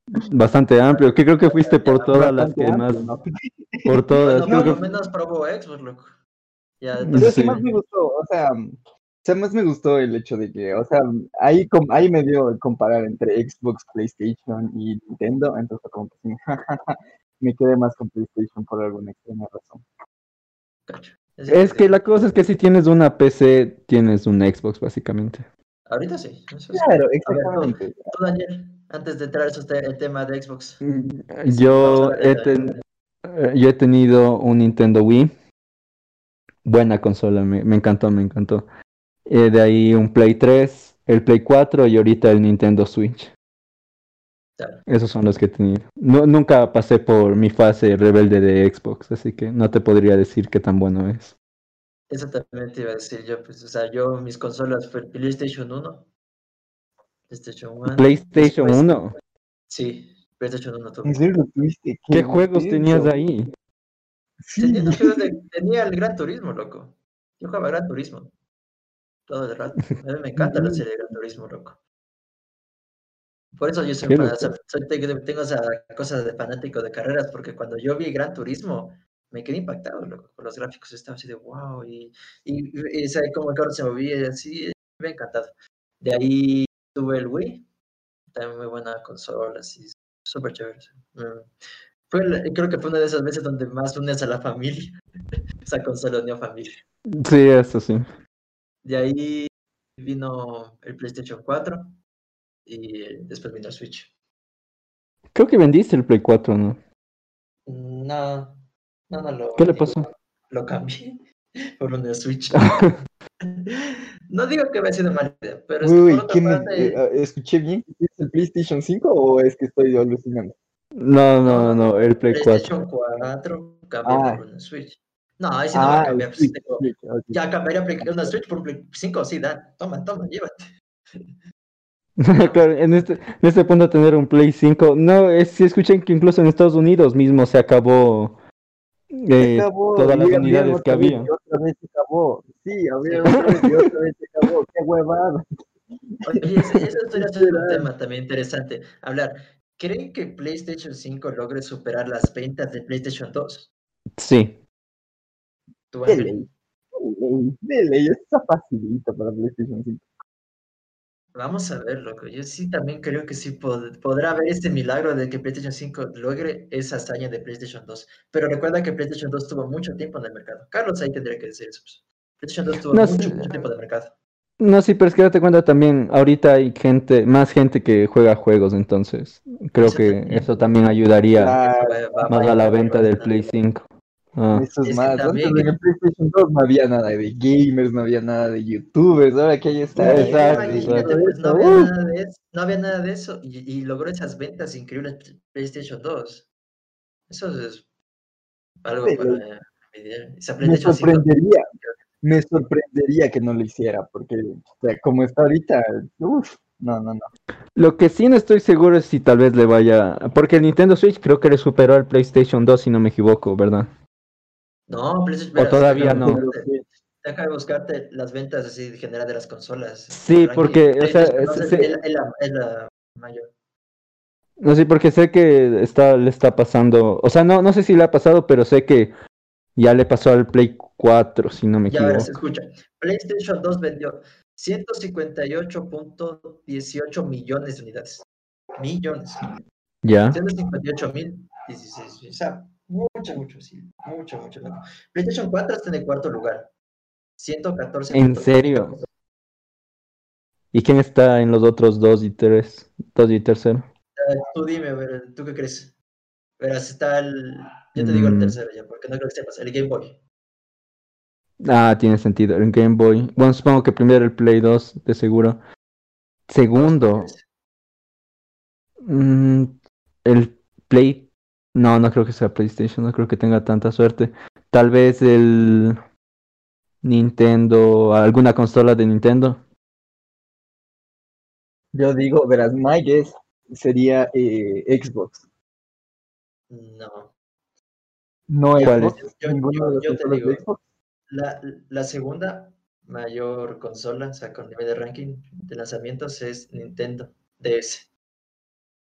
bastante amplio, que creo que fuiste por todas las Bastante que más, amplio, ¿no? por todas, Bueno, creo por lo que menos probó Xbox, loco. Ya, Pero es entonces, que sí. más me gustó, o sea, más me gustó el hecho de que, o sea, ahí me dio el comparar entre Xbox, PlayStation y Nintendo, entonces como que sí, me quedé más con PlayStation por alguna extraña razón. cacho. Es Es que entendible. la cosa es que si tienes una PC, tienes un Xbox básicamente. Ahorita sí, eso sí. Claro, A ver, exactamente. tú, Daniel, antes de entrar a el tema de Xbox, vamos a Yo hablar he, yo he tenido un Nintendo Wii, buena consola, me encantó, me encantó. De ahí un Play 3, el Play 4 y ahorita el Nintendo Switch. claro, Esos son los que he tenido. No, nunca pasé por mi fase rebelde de Xbox, así que no te podría decir qué tan bueno es. eso también te iba a decir yo, pues, o sea, mis consolas fue el PlayStation 1, PlayStation 1, PlayStation después, 1, sí, PlayStation 1 ¿En tuve. serio lo tuviste? Qué ¿qué juegos tenías intenso. ahí? Tenía Sí. los juegos tenía el Gran Turismo, loco. Yo jugaba Gran Turismo todo el rato. A mí me encanta la serie de Gran Turismo, loco. Por eso yo soy un Qué fan, o sea, loco. tengo esa cosa de fanático de carreras, porque cuando yo vi Gran Turismo, me quedé impactado, loco, con los gráficos, estaba así de wow, y sabe cómo el carro se movía, y así, me ha encantado. De ahí tuve el Wii, también muy buena consola, así, súper chévere. Sí. Creo que fue una de esas veces donde más unes a la familia, esa consola unió familia. Sí, eso sí. De ahí vino el PlayStation 4 y después vino el Switch. Creo que vendiste el Play 4, ¿no? No, no lo ¿Qué le vendí, pasó? lo cambié por una Switch. No digo que haya sido mala idea, pero es que por Uy, otra parte, ¿escuché bien que es el PlayStation 5 o es que estoy alucinando? No, no, no, no, no, el Play 4. PlayStation 4 cambié Ah, por una Switch. No, ahí sí no va a el cambiar, pues Switch, tengo, Switch, ok. ya cambiaría una Switch por un Play 5, sí, da, toma, llévate. Claro, en este punto tener un Play 5. No, si escuché que incluso en Estados Unidos mismo se acabó Se acabó todas las y abrieron unidades que otra vez había. y otra vez se acabó. Sí, Sí. abrieron otra vez y otra vez se acabó. Qué huevada. Oye, eso podría ser un Literal. tema también interesante. Hablar, ¿creen que PlayStation 5 logre superar las ventas de PlayStation 2? Sí. ¿Tú, De Ángel? ley, de ley, está facilito para PlayStation 5. Vamos a ver, loco. Yo sí también creo que sí podrá haber este milagro de que PlayStation 5 logre esa hazaña de PlayStation 2. Pero recuerda que PlayStation 2 tuvo mucho tiempo en el mercado. Carlos ahí tendría que decir eso, pues. PlayStation 2 tuvo No, mucho tiempo de mercado. no, sí, pero es que date cuenta también, ahorita hay más gente que juega juegos, entonces creo Eso que también, eso también ayudaría eso Claro, va más a a la influir venta del bastante. Play 5. Ah. eso es Es que más. Antes también, en el PlayStation 2 no había nada de gamers, no había nada de youtubers. Ahora que ahí está, Exacto, imagínate, exacto. pues no eso, había nada de eso, no había nada de eso y logró esas ventas increíbles PlayStation 2. Eso es algo de ley. para envidiar. Esa Me PlayStation 5. sorprendería que no lo hiciera, porque o sea, como está ahorita, uff, no, no, no. Lo que sí no estoy seguro es si tal vez le vaya, porque el Nintendo Switch creo que le superó al PlayStation 2 si no me equivoco, ¿verdad? No, PlayStation, O verás, todavía no. deja de buscarte las ventas así generales de las consolas, el Sí, ranking. porque, o sea, PlayStation 2 es la mayor. no sé, porque sé que le está pasando, o sea, no sé si le ha pasado, pero sé que ya le pasó al Play 4, si no me Ya verás, equivoco. escucha, PlayStation 2 vendió 158.18 millones de unidades. Millones. Ya. 158.016. O sea, mucho, sí. Mucho. ¿No? PlayStation 4 está en el cuarto lugar. ¿En 114.4. serio? ¿Y quién está en los otros dos y tres? Dos y tercero. Tú dime, a ver, ¿tú qué crees? Verás, está el. Yo te digo el Mm, tercero ya, porque no creo que sepas. El Game Boy. tiene sentido. El Game Boy. Bueno, supongo que primero el Play 2, de seguro. Dos, ¿cuál Segundo, crees? mm, el Play. No creo que sea PlayStation. No creo que tenga tanta suerte. Tal vez el Nintendo. ¿Alguna consola de Nintendo? Yo digo, verás, my guess sería Xbox. No. No Ya ¿Cuál verás, es? Xbox, ninguno de los yo te consolas de digo, Xbox. la segunda mayor consola, o sea, con nivel de ranking de lanzamientos es Nintendo DS.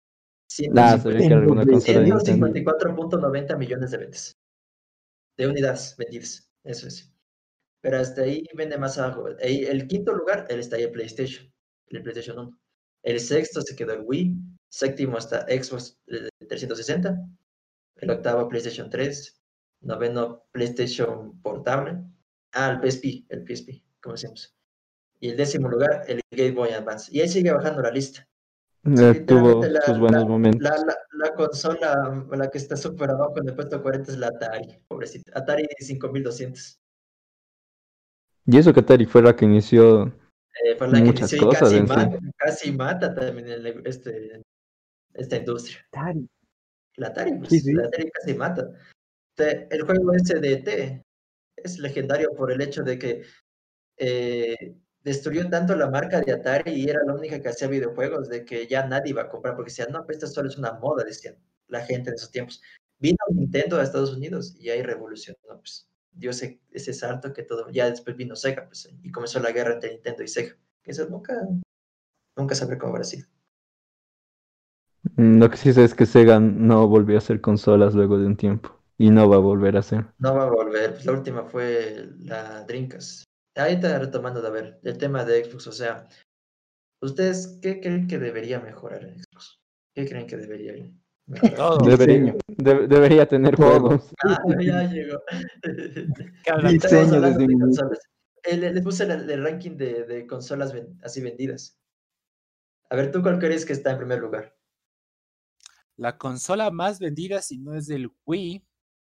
Sabía que era alguna consola de Nintendo. 154.90 millones de ventas. De unidades vendidas, eso es. Pero hasta ahí vende más abajo. Ahí, el quinto lugar, él está ahí el PlayStation 1. El sexto se quedó el Wii. Séptimo está Xbox 360. El octavo PlayStation 3. Noveno PlayStation Portable. El PSP, como decimos. Y el décimo lugar, el Game Boy Advance. Y ahí sigue bajando la lista. Tuvo sus buenos momentos. La consola, la que está súper abajo en el puesto 40 es la Atari, pobrecita. Atari 5200. Y eso que Atari fue la que inició Fue la que muchas inició y cosas en sí. casi mata también esta industria. Atari. La Atari, pues, Sí. la Atari casi mata. El juego ese de ET es legendario por el hecho de que destruyó tanto la marca de Atari y era la única que hacía videojuegos, de que ya nadie iba a comprar porque decían, no, pues esto solo es una moda, decían la gente en esos tiempos. Vino Nintendo a Estados Unidos y ahí revolucionó, pues dio ese salto que todo, ya después vino Sega, pues, y comenzó la guerra entre Nintendo y Sega, que eso nunca sabré cómo habrá sido. Lo que sí sé es que Sega no volvió a hacer consolas luego de un tiempo. Y no va a volver a hacer. No va a volver, pues la última fue la Dreamcast. Ahí está retomando, de ver, el tema de Xbox, o sea, ¿ustedes qué creen que debería mejorar en Xbox? ¿Qué creen que debería mejorar? Todo. Debería tener Todo. juegos. Ya llegó. ¿Qué hablan? Estamos Diseño hablando desde de un consolas. Les puse el ranking de consolas así vendidas. A ver, ¿tú cuál crees que está en primer lugar? La consola más vendida, si no es del Wii,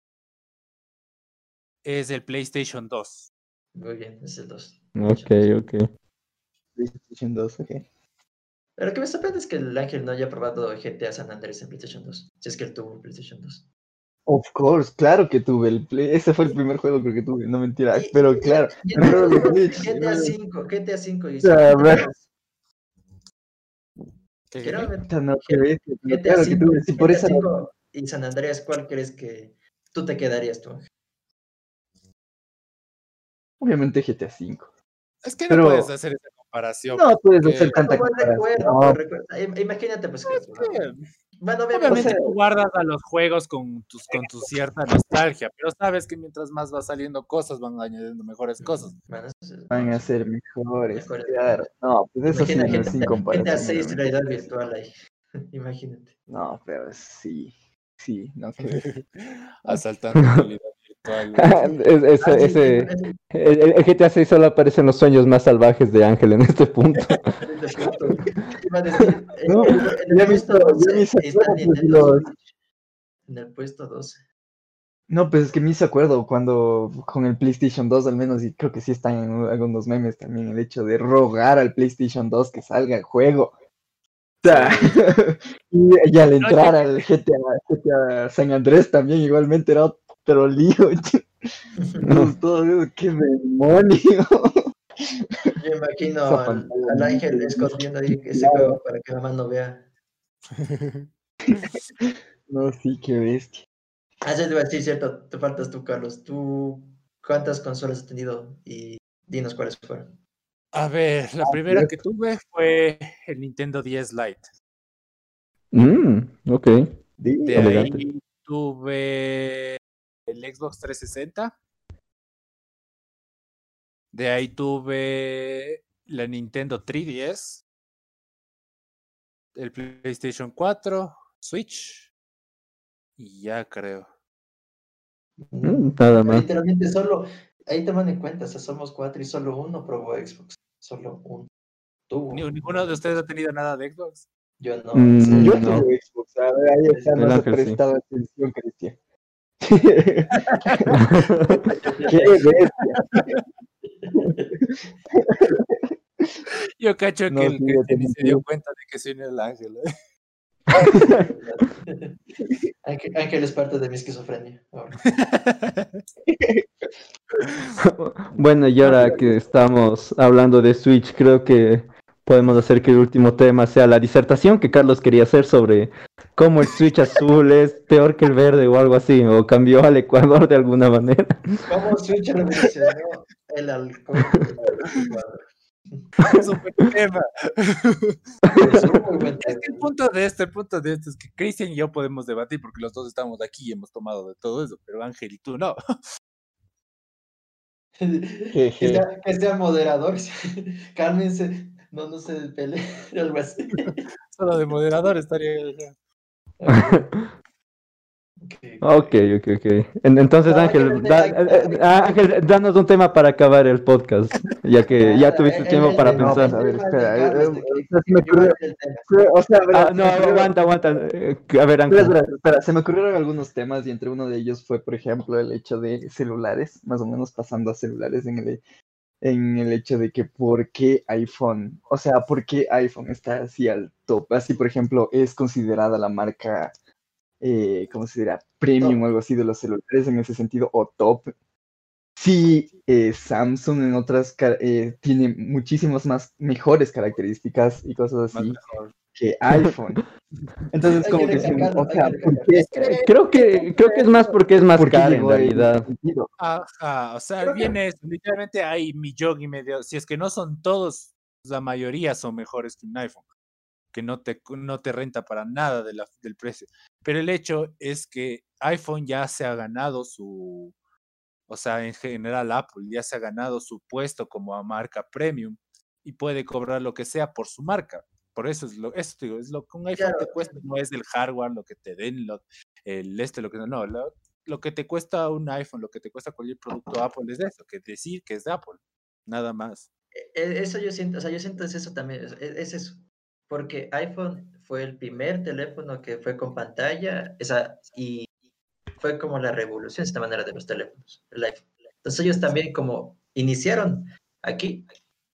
es el PlayStation 2. Muy bien, es el 2. Ok. PlayStation 2, ok. Pero lo que me sorprende es que el Ángel no haya probado GTA San Andrés en PlayStation 2. Si es que él tuvo un PlayStation 2. Of course, claro que tuve el Play. Ese fue el primer juego creo que tuve, no mentira. Y- Pero y- claro, y- me acuerdo de Glitch. GTA 5 y A ver. Quiero ver. Puta, no, qué bestia, pero GTA claro que 5, tuve. Sí, por GTA esa 5 y San Andreas, ¿cuál crees que tú te quedarías tú, Ángel? obviamente GTA 5. Es que no Pero- puedes hacer esa comparación. No puedes porque- hacer tanta Como el recuerdo, comparación. recuerda. Imagínate, pues, que bueno, Obviamente o sea- tú guardas a los juegos con tu cierta nostalgia, pero sabes que mientras más va saliendo cosas, van añadiendo mejores cosas. bueno, eso es- Van a ser mejores, Mejores. claro. No, pues eso sí, Imagina no, sin GTA comparación. 6 obviamente. realidad virtual ahí. Imagínate. No, pero sí, no que Asaltando realidad virtual. El GTA 6 solo aparece en los sueños más salvajes de Ángel en este punto. Iba a decir, No, en ya el puesto ya 12 me hizo está acuerdo, pues, Nintendo Switch. En el puesto 12. No, pues es que me hizo acuerdo cuando con el PlayStation 2 al menos, y creo que sí están en algunos memes también, el hecho de rogar al PlayStation 2 que salga el juego. O sea, y al entrar al GTA San Andrés también igualmente era otro lío. Entonces, todo eso, qué demonio. Yo imagino Esa al pantalla Ángel muy escondiendo ahí ese juego para que mamá no vea. No, sí, qué bestia. Eso te iba a decir, cierto, te faltas tú, Carlos. ¿Tú cuántas consolas has tenido? Y dinos cuáles fueron. A ver, la primera que tuve fue el Nintendo 10 Lite. Ok. De Elegante. ahí tuve el Xbox 360. De ahí tuve la Nintendo 3DS. El PlayStation 4, Switch. Y ya creo. Nada más. Literalmente solo, ahí toman en cuenta, o sea, somos 4 y solo uno probó Xbox. Solo uno. Tuvo. ¿Ninguno de ustedes ha tenido nada de Xbox? Yo no. Mm, Yo no. tuve Xbox, a ver, ahí está, El no se Ángel, sí. prestaba atención, Cristian. Qué bestia. Yo cacho No, que el sí, que yo ni también se dio tuve. cuenta de que soy el ángel. Ángel es parte de mi esquizofrenia. Ahora. Bueno, y ahora que estamos hablando de Switch, creo que podemos hacer que el último tema sea la disertación que Carlos quería hacer sobre cómo el Switch azul es peor que el verde o algo así, o cambió al Ecuador de alguna manera. ¿Cómo Switch revolucionó el alcohol? Es un buen tema. Es un muy buen Es que el tema. punto de esto es que Cristian y yo podemos debatir porque los dos estamos aquí y hemos tomado de todo eso, pero Ángel y tú no. Jeje. Que sea moderador. Cálmense. No se peleen. Algo así. Solo de moderador estaría. Ok. Entonces, No, Ángel, hay- Ángel, danos un tema para acabar el podcast, ya que ya tuviste tiempo para No, pensar. pues, a ver, tema es de espera. Carlos, de que O sea, se me yo voy a ocurrió. decir el tema. O sea, verás, No, se me ocurrió- aguanta. A ver, Ángel. espera, se me ocurrieron algunos temas y entre uno de ellos fue, por ejemplo, el hecho de celulares, más o menos pasando a celulares en el hecho de que por qué iPhone, o sea, por qué iPhone está así al top. Así, por ejemplo, es considerada la marca, ¿cómo se dirá? Premium o algo así de los celulares en ese sentido, o top. Sí, Samsung en otras tiene muchísimas más mejores características y cosas Más así mejor. que iPhone. Entonces, Hay como que que sí, recalcarlo, o hay sea, que ¿por recalcarlo. qué? Es que Creo que es más porque es más ¿Por qué cara en llegó en realidad. ese sentido? Ajá, o sea, Creo que- viene eso. Literalmente hay millón y medio. Si es que no son todos, la mayoría son mejores que un iPhone, que no te renta para nada del precio. Pero el hecho es que iPhone ya se ha ganado o sea, en general Apple ya se ha ganado su puesto como a marca premium y puede cobrar lo que sea por su marca. Por eso eso te digo, es lo que un iPhone Claro, te cuesta, no es el hardware, lo que te den, lo que no, lo que te cuesta un iPhone, lo que te cuesta cualquier producto Apple es eso, que decir que es de Apple, nada más. eso yo siento, o sea, yo siento es eso también, es eso. Porque iPhone fue el primer teléfono que fue con pantalla, y fue como la revolución de esta manera de los teléfonos, el iPhone. Entonces ellos también como iniciaron aquí,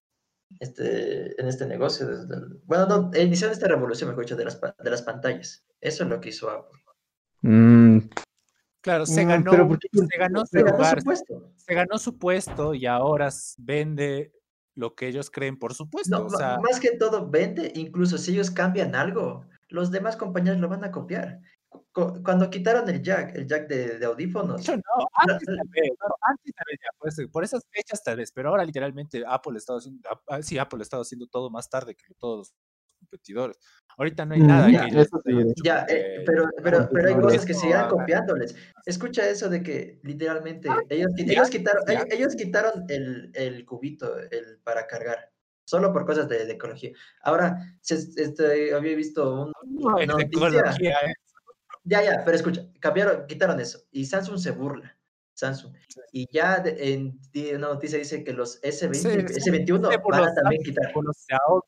en este negocio, bueno, no, iniciaron esta revolución, mejor dicho, de las pantallas. Eso es lo que hizo Apple. Mm, Claro, Pero ¿por qué? se ganó su Se ganó su lugar, puesto. se ganó su puesto y ahora vende lo que ellos creen por supuesto. No, O sea, más que todo vende, incluso si ellos cambian algo, los demás compañeros lo van a copiar. Cuando quitaron el jack de hecho, audífonos, no, antes tal vez, no, antes tal vez ya, pues, por esas fechas tal vez, pero ahora literalmente Apple ha estado haciendo, sí, Apple ha estado haciendo todo más tarde que todos los competidores. Ahorita no hay nada Ya, que ellos Eso sí, hayan hecho ya, por pero hay cosas que eso seguirán hagan. copiándoles. Escucha eso de que literalmente Sí, ellos quitaron el cubito para cargar, solo por cosas de ecología. Ahora, había visto no es una de noticia. ecología, Ya, pero escucha, quitaron eso. Y Samsung se burla. Samsung. Y ya una noticia dice que los S20 y se S21 por van los a también Samsung, quitar. por los Xiaomi.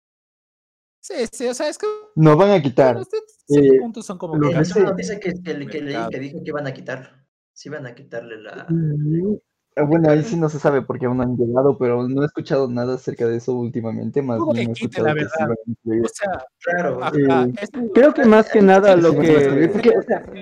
Sí, o sea, es que no van a quitar. bueno, ciertos Eh, puntos son como los que En cambian una S, noticia que leí mercado. que dijo que iban a quitarlo. Sí, iban a quitarle bueno, ahí sí no se sabe porque aún no han llegado, pero no he escuchado nada acerca de eso últimamente, más Dudo que bien he quiten, la escuchado que sí verdad. van a incluir. O sea, Claro. ajá, Eh, creo que más que nada que lo sí van a incluir, que porque, o sea,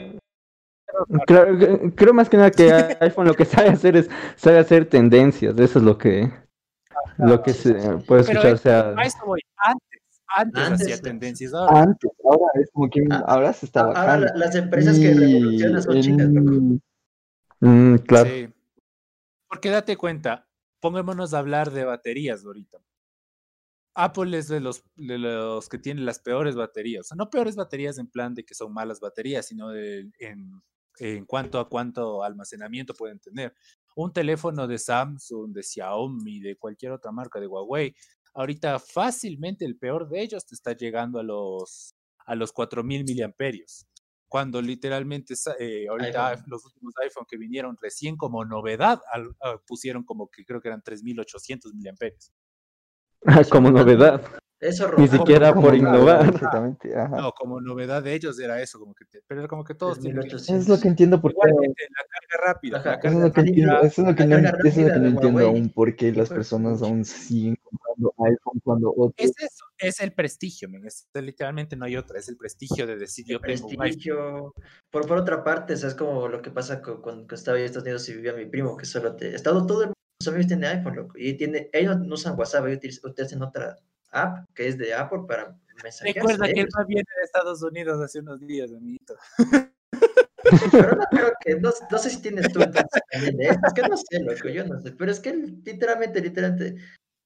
creo más que nada que iPhone lo que sabe hacer tendencias, eso es lo que se puede pero escuchar, o sea, a eso voy. Antes hacía Antes, tendencias, ahora antes, ahora es como que a- ahora se está ahora bajando. las empresas que revolucionan Y son chinas, loco. claro. sí. Porque date cuenta, pongámonos a hablar de baterías ahorita. Apple es de los que tienen las peores baterías. O sea, no peores baterías en plan de que son malas baterías, sino en cuanto a cuánto almacenamiento pueden tener. Un teléfono de Samsung, de Xiaomi, de cualquier otra marca, de Huawei, ahorita fácilmente el peor de ellos te está llegando a los 4000 miliamperios. Cuando literalmente ahorita iPhone. los últimos iPhone que vinieron recién como novedad pusieron como que creo que eran 3800 miliamperios. Como novedad, Eso ni rompió. siquiera como por novedad, innovar. exactamente, ajá. No, como novedad de ellos era eso, como que pero era como que todos tienen eso. Es lo 3800. que entiendo por qué. Igualmente, la carga rápida, Ajá. la carga rápida, Eso es lo que La no, carga eso es lo que rápida no de entiendo Huawei. aún por qué las Hijo de personas pucha. aún siguen comprando iPhone cuando otros. es eso, es el prestigio, men, literalmente no hay otra, es el prestigio de decir El yo tengo un iPhone. prestigio. Por otra parte, es como lo que pasa cuando estaba en Estados Unidos y vivía mi primo, que estado todo el mundo, sus amigos tiene iPhone, loco, y ellos no usan WhatsApp, ellos utilizan otra app que es de Apple para mensajearse Recuerda que él ellos. más viene de Estados Unidos hace unos días, amiguito. Pero no creo que, no sé si tienes tú entonces también de esto, es que no sé, loco, yo no sé, pero es que él literalmente,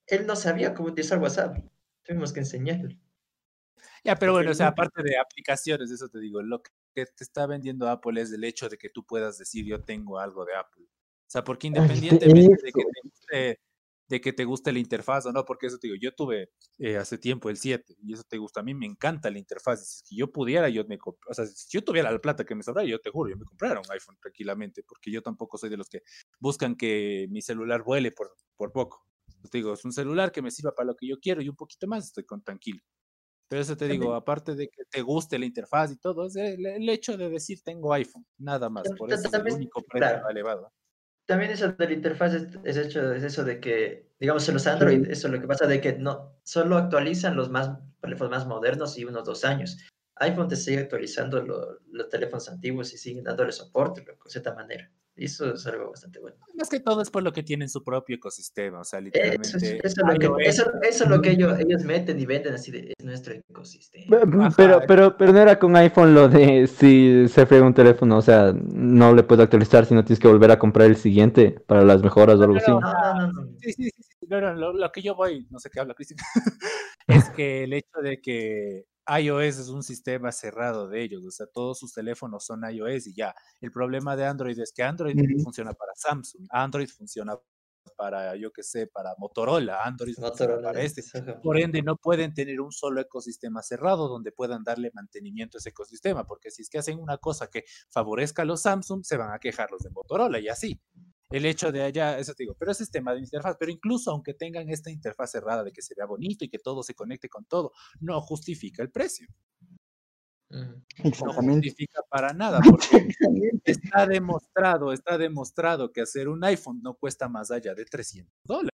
él no sabía cómo utilizar WhatsApp. Tuvimos que enseñarle. Ya, pero Porque bueno, o él sea, no. aparte de aplicaciones, eso te digo, lo que te está vendiendo Apple es el hecho de que tú puedas decir yo tengo algo de Apple. O sea, porque independientemente Eso. de que te guste la interfaz o no, porque eso te digo, yo tuve hace tiempo el 7 y eso te gusta, a mí me encanta la interfaz. Si es que yo pudiera, o sea, si yo tuviera la plata que me sobrara, yo te juro, yo me comprara un iPhone tranquilamente, porque yo tampoco soy de los que buscan que mi celular vuele por poco. Te digo, es un celular que me sirva para lo que yo quiero y un poquito más estoy tranquilo. Pero eso te digo, También, aparte de que te guste la interfaz y todo, es el hecho de decir tengo iPhone, nada más. Por eso es el también, único precio claro. elevado. También eso de la interfaz es eso de que, digamos, en los Que Android, eso es lo que pasa de que no, solo actualizan los teléfonos más modernos y unos 2 años. iPhone te sigue actualizando los teléfonos antiguos y siguen dándole soporte, loco, de cierta manera. Y eso es algo bastante bueno. Más que todo es por lo que tienen su propio ecosistema, o sea, Eso es, literalmente eso es lo que, iOS. eso es lo que ellos meten y venden así de, es nuestro ecosistema. Ajá, Pero no era con iPhone lo de si se friega un teléfono, o sea, no le puedes actualizar, sino tienes que volver a comprar el siguiente para las mejoras o algo no, así. o sea, No, no, no, no. sí, sí, sí, sí, no, no, lo que yo voy, no sé qué habla Cristian, es que el hecho de que iOS es un sistema cerrado de ellos, o sea, todos sus teléfonos son iOS y ya. El problema de Android es que Android Ujú. funciona para Samsung, Android funciona para, yo qué sé, para Motorola, Android funciona Motorola, para este. ajá. Por ende, no pueden tener un solo ecosistema cerrado donde puedan darle mantenimiento a ese ecosistema, porque si es que hacen una cosa que favorezca a los Samsung, se van a quejar los de Motorola y así. El hecho de allá, eso te digo, pero ese es tema de interfaz, pero incluso aunque tengan esta interfaz cerrada de que se vea bonito y que todo se conecte con todo, no justifica el precio, Ujú. no Exactamente. justifica para nada, porque Exactamente. está demostrado que hacer un iPhone no cuesta más allá de $300.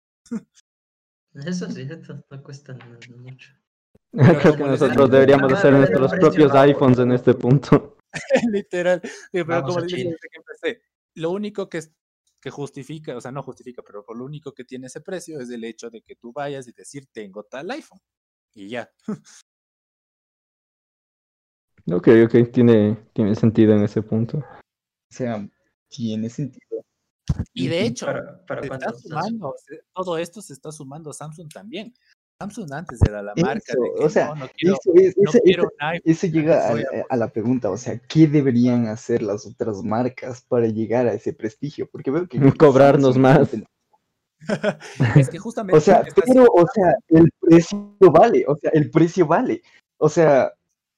Eso sí, esto no cuesta mucho. Pero Creo que como les digo, nosotros deberíamos hacer Aparte del nuestros precio, propios iPhones en este punto. literal, sí, pero vamos como a les digo China. desde que empecé, lo único que justifica, o sea, no justifica, pero por lo único que tiene ese precio es el hecho de que tú vayas y decir, tengo tal iPhone. Y ya. Ok, ok, tiene sentido en ese punto. O sea, tiene sentido. Y de Ujú. hecho, Para se está cuando Samsung. sumando, todo esto se está sumando a Samsung también. Samsung antes era la marca Eso, de o que sea, no, no quiero, eso, es- no eso, quiero eso, un iPhone, eso llega voy a a la pregunta, o sea, ¿qué deberían hacer las otras marcas para llegar a ese prestigio? Porque veo que Cobrarnos Samsung más. es que o justamente lo sea, que está pero, haciendo o sea, el precio vale, o sea, el precio vale. O sea,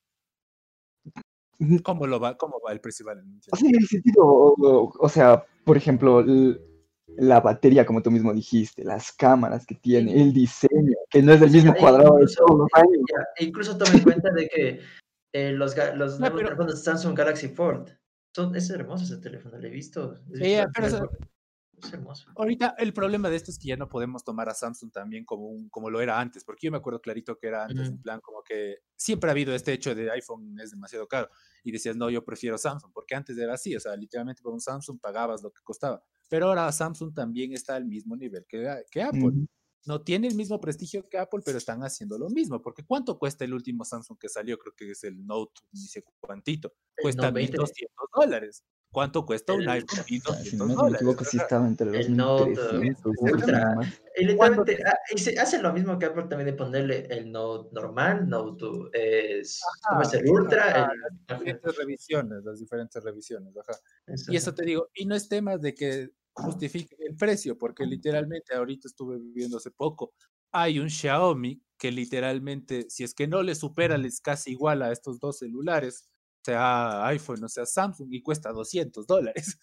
cómo va el precio, vale, no o entiendo. sea, en el sentido, o sea, por ejemplo, la batería, como tú mismo dijiste, las cámaras que tiene, Y, el diseño, que no es el sí, mismo cuadrado de todos los años. ya, incluso toma en cuenta de que los Ya, nuevos pero, teléfonos Samsung Galaxy Fold es hermoso ese teléfono, lo he visto ya, la pero primera foto, es hermoso. ahorita el problema de esto es que ya no podemos tomar a Samsung también como lo era antes, porque yo me acuerdo clarito que era antes, en Ujú. plan como que siempre ha habido este hecho de iPhone es demasiado caro y decías, no, yo prefiero Samsung, porque antes era así, o sea, literalmente por un Samsung pagabas lo que costaba, pero ahora Samsung también está al mismo nivel que Apple. Ujú. No tiene el mismo prestigio que Apple, pero están haciendo lo mismo, porque ¿cuánto cuesta el último Samsung que salió? Creo que es el Note, ni sé cuántito, El cuesta Note 20, $1,200. ¿Cuánto cuesta un el, iPhone? O sea, mil si doscientos no me dólares. equivoco, sí estaba entre los el Note 1300, incluso Ultra. Exactamente. más. Y Cuando literalmente, y se hacen lo mismo que Apple también de ponerle el Note normal, Note ¿cómo es el Ultra? ajá, El, ajá, las diferentes revisiones, ajá. eso, Y eso te digo, y no es tema de que justifique el precio, porque literalmente ahorita estuve viviendo hace poco, hay un Xiaomi que literalmente, si es que no le supera, es casi igual a estos dos celulares, sea iPhone o sea Samsung, y cuesta $200.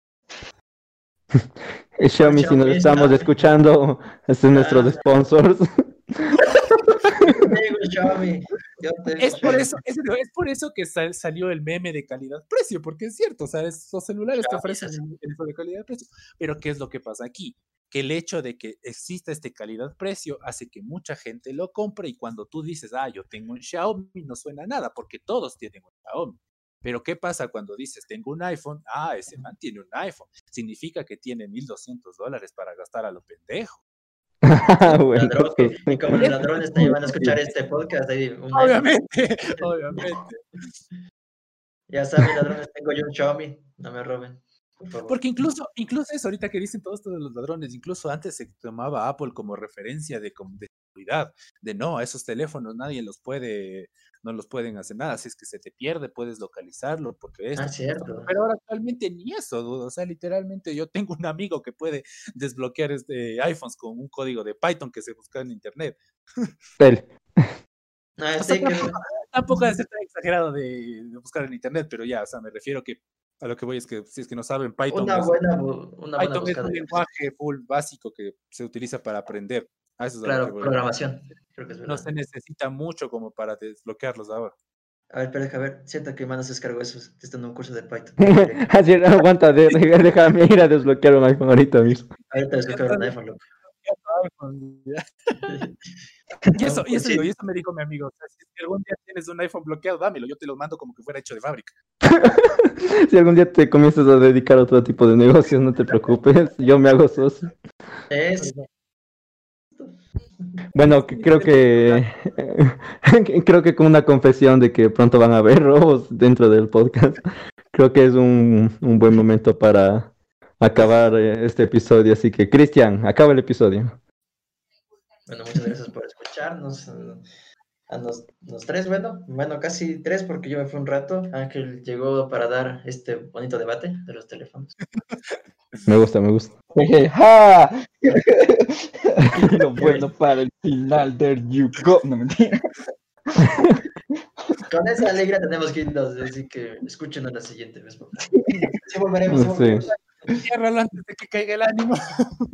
¿Cuál Xiaomi, si nos Xiaomi es? estamos escuchando, este es nuestros Ah, sponsors. yo tengo Xiaomi, yo tengo Xiaomi. Es por eso que salió el meme de calidad-precio, porque es cierto, o sea, esos celulares te Xiaomi es ofrecen así. eso de calidad-precio. Pero ¿qué es lo que pasa aquí? Que el hecho de que exista este calidad-precio hace que mucha gente lo compre y cuando tú dices, yo tengo un Xiaomi, no suena a nada, porque todos tienen un Xiaomi. Pero ¿qué pasa cuando dices, tengo un iPhone? Ese man tiene un iPhone. Significa que tiene $1,200 para gastar a lo pendejo. Bueno, eso Y sí. como los ladrones están llevando a escuchar este podcast, ahí un iPhone. Obviamente, obviamente. Ya saben, ladrones, tengo yo un Xiaomi, no me roben. por favor. Porque incluso eso, ahorita que dicen todo esto de los ladrones, incluso antes se tomaba Apple como referencia de seguridad, de no, a esos teléfonos nadie no los pueden hacer nada, si es que se te pierde, puedes localizarlo, porque esto. Cierto. Pero ahora actualmente ni eso, dudo. O sea, literalmente yo tengo un amigo que puede desbloquear iPhones con un código de Python que se busca en internet. Él. O sea, tampoco debe ser tan exagerado de buscar en internet, pero ya, o sea, me refiero que a lo que voy es que si es que no saben, Python Python es un lenguaje full básico que se utiliza para aprender. A eso es a lo que voy. Programación. Creo que es verdad. No se necesita mucho como para desbloquearlos ahora. A ver, pero deja ver. Siento que Manos descargó eso. Está en un curso de Python. Así, aguanta, déjame ir a desbloquear un iPhone ahorita mismo. Ahorita desbloquearon un iPhone, loco. Y eso me dijo mi amigo. O sea, si algún día tienes un iPhone bloqueado, dámelo. Yo te lo mando como que fuera hecho de fábrica. Si algún día te comienzas a dedicar a otro tipo de negocios, no te preocupes. Yo me hago socio. Bueno, creo que con una confesión de que pronto van a haber robos dentro del podcast, creo que es un buen momento para acabar este episodio. Así que, Cristian, acaba el episodio. Bueno, muchas gracias por escucharnos. A los tres, bueno, casi tres, porque yo me fui un rato. Ángel llegó para dar este bonito debate de los teléfonos. Me gusta. ¡Ja! Lo bueno para el final, there you go. No, mentira. Con esa alegría tenemos que irnos, así que escúchenos la siguiente vez. Sí, volveremos. Sí. Ciérralo antes de que caiga el ánimo.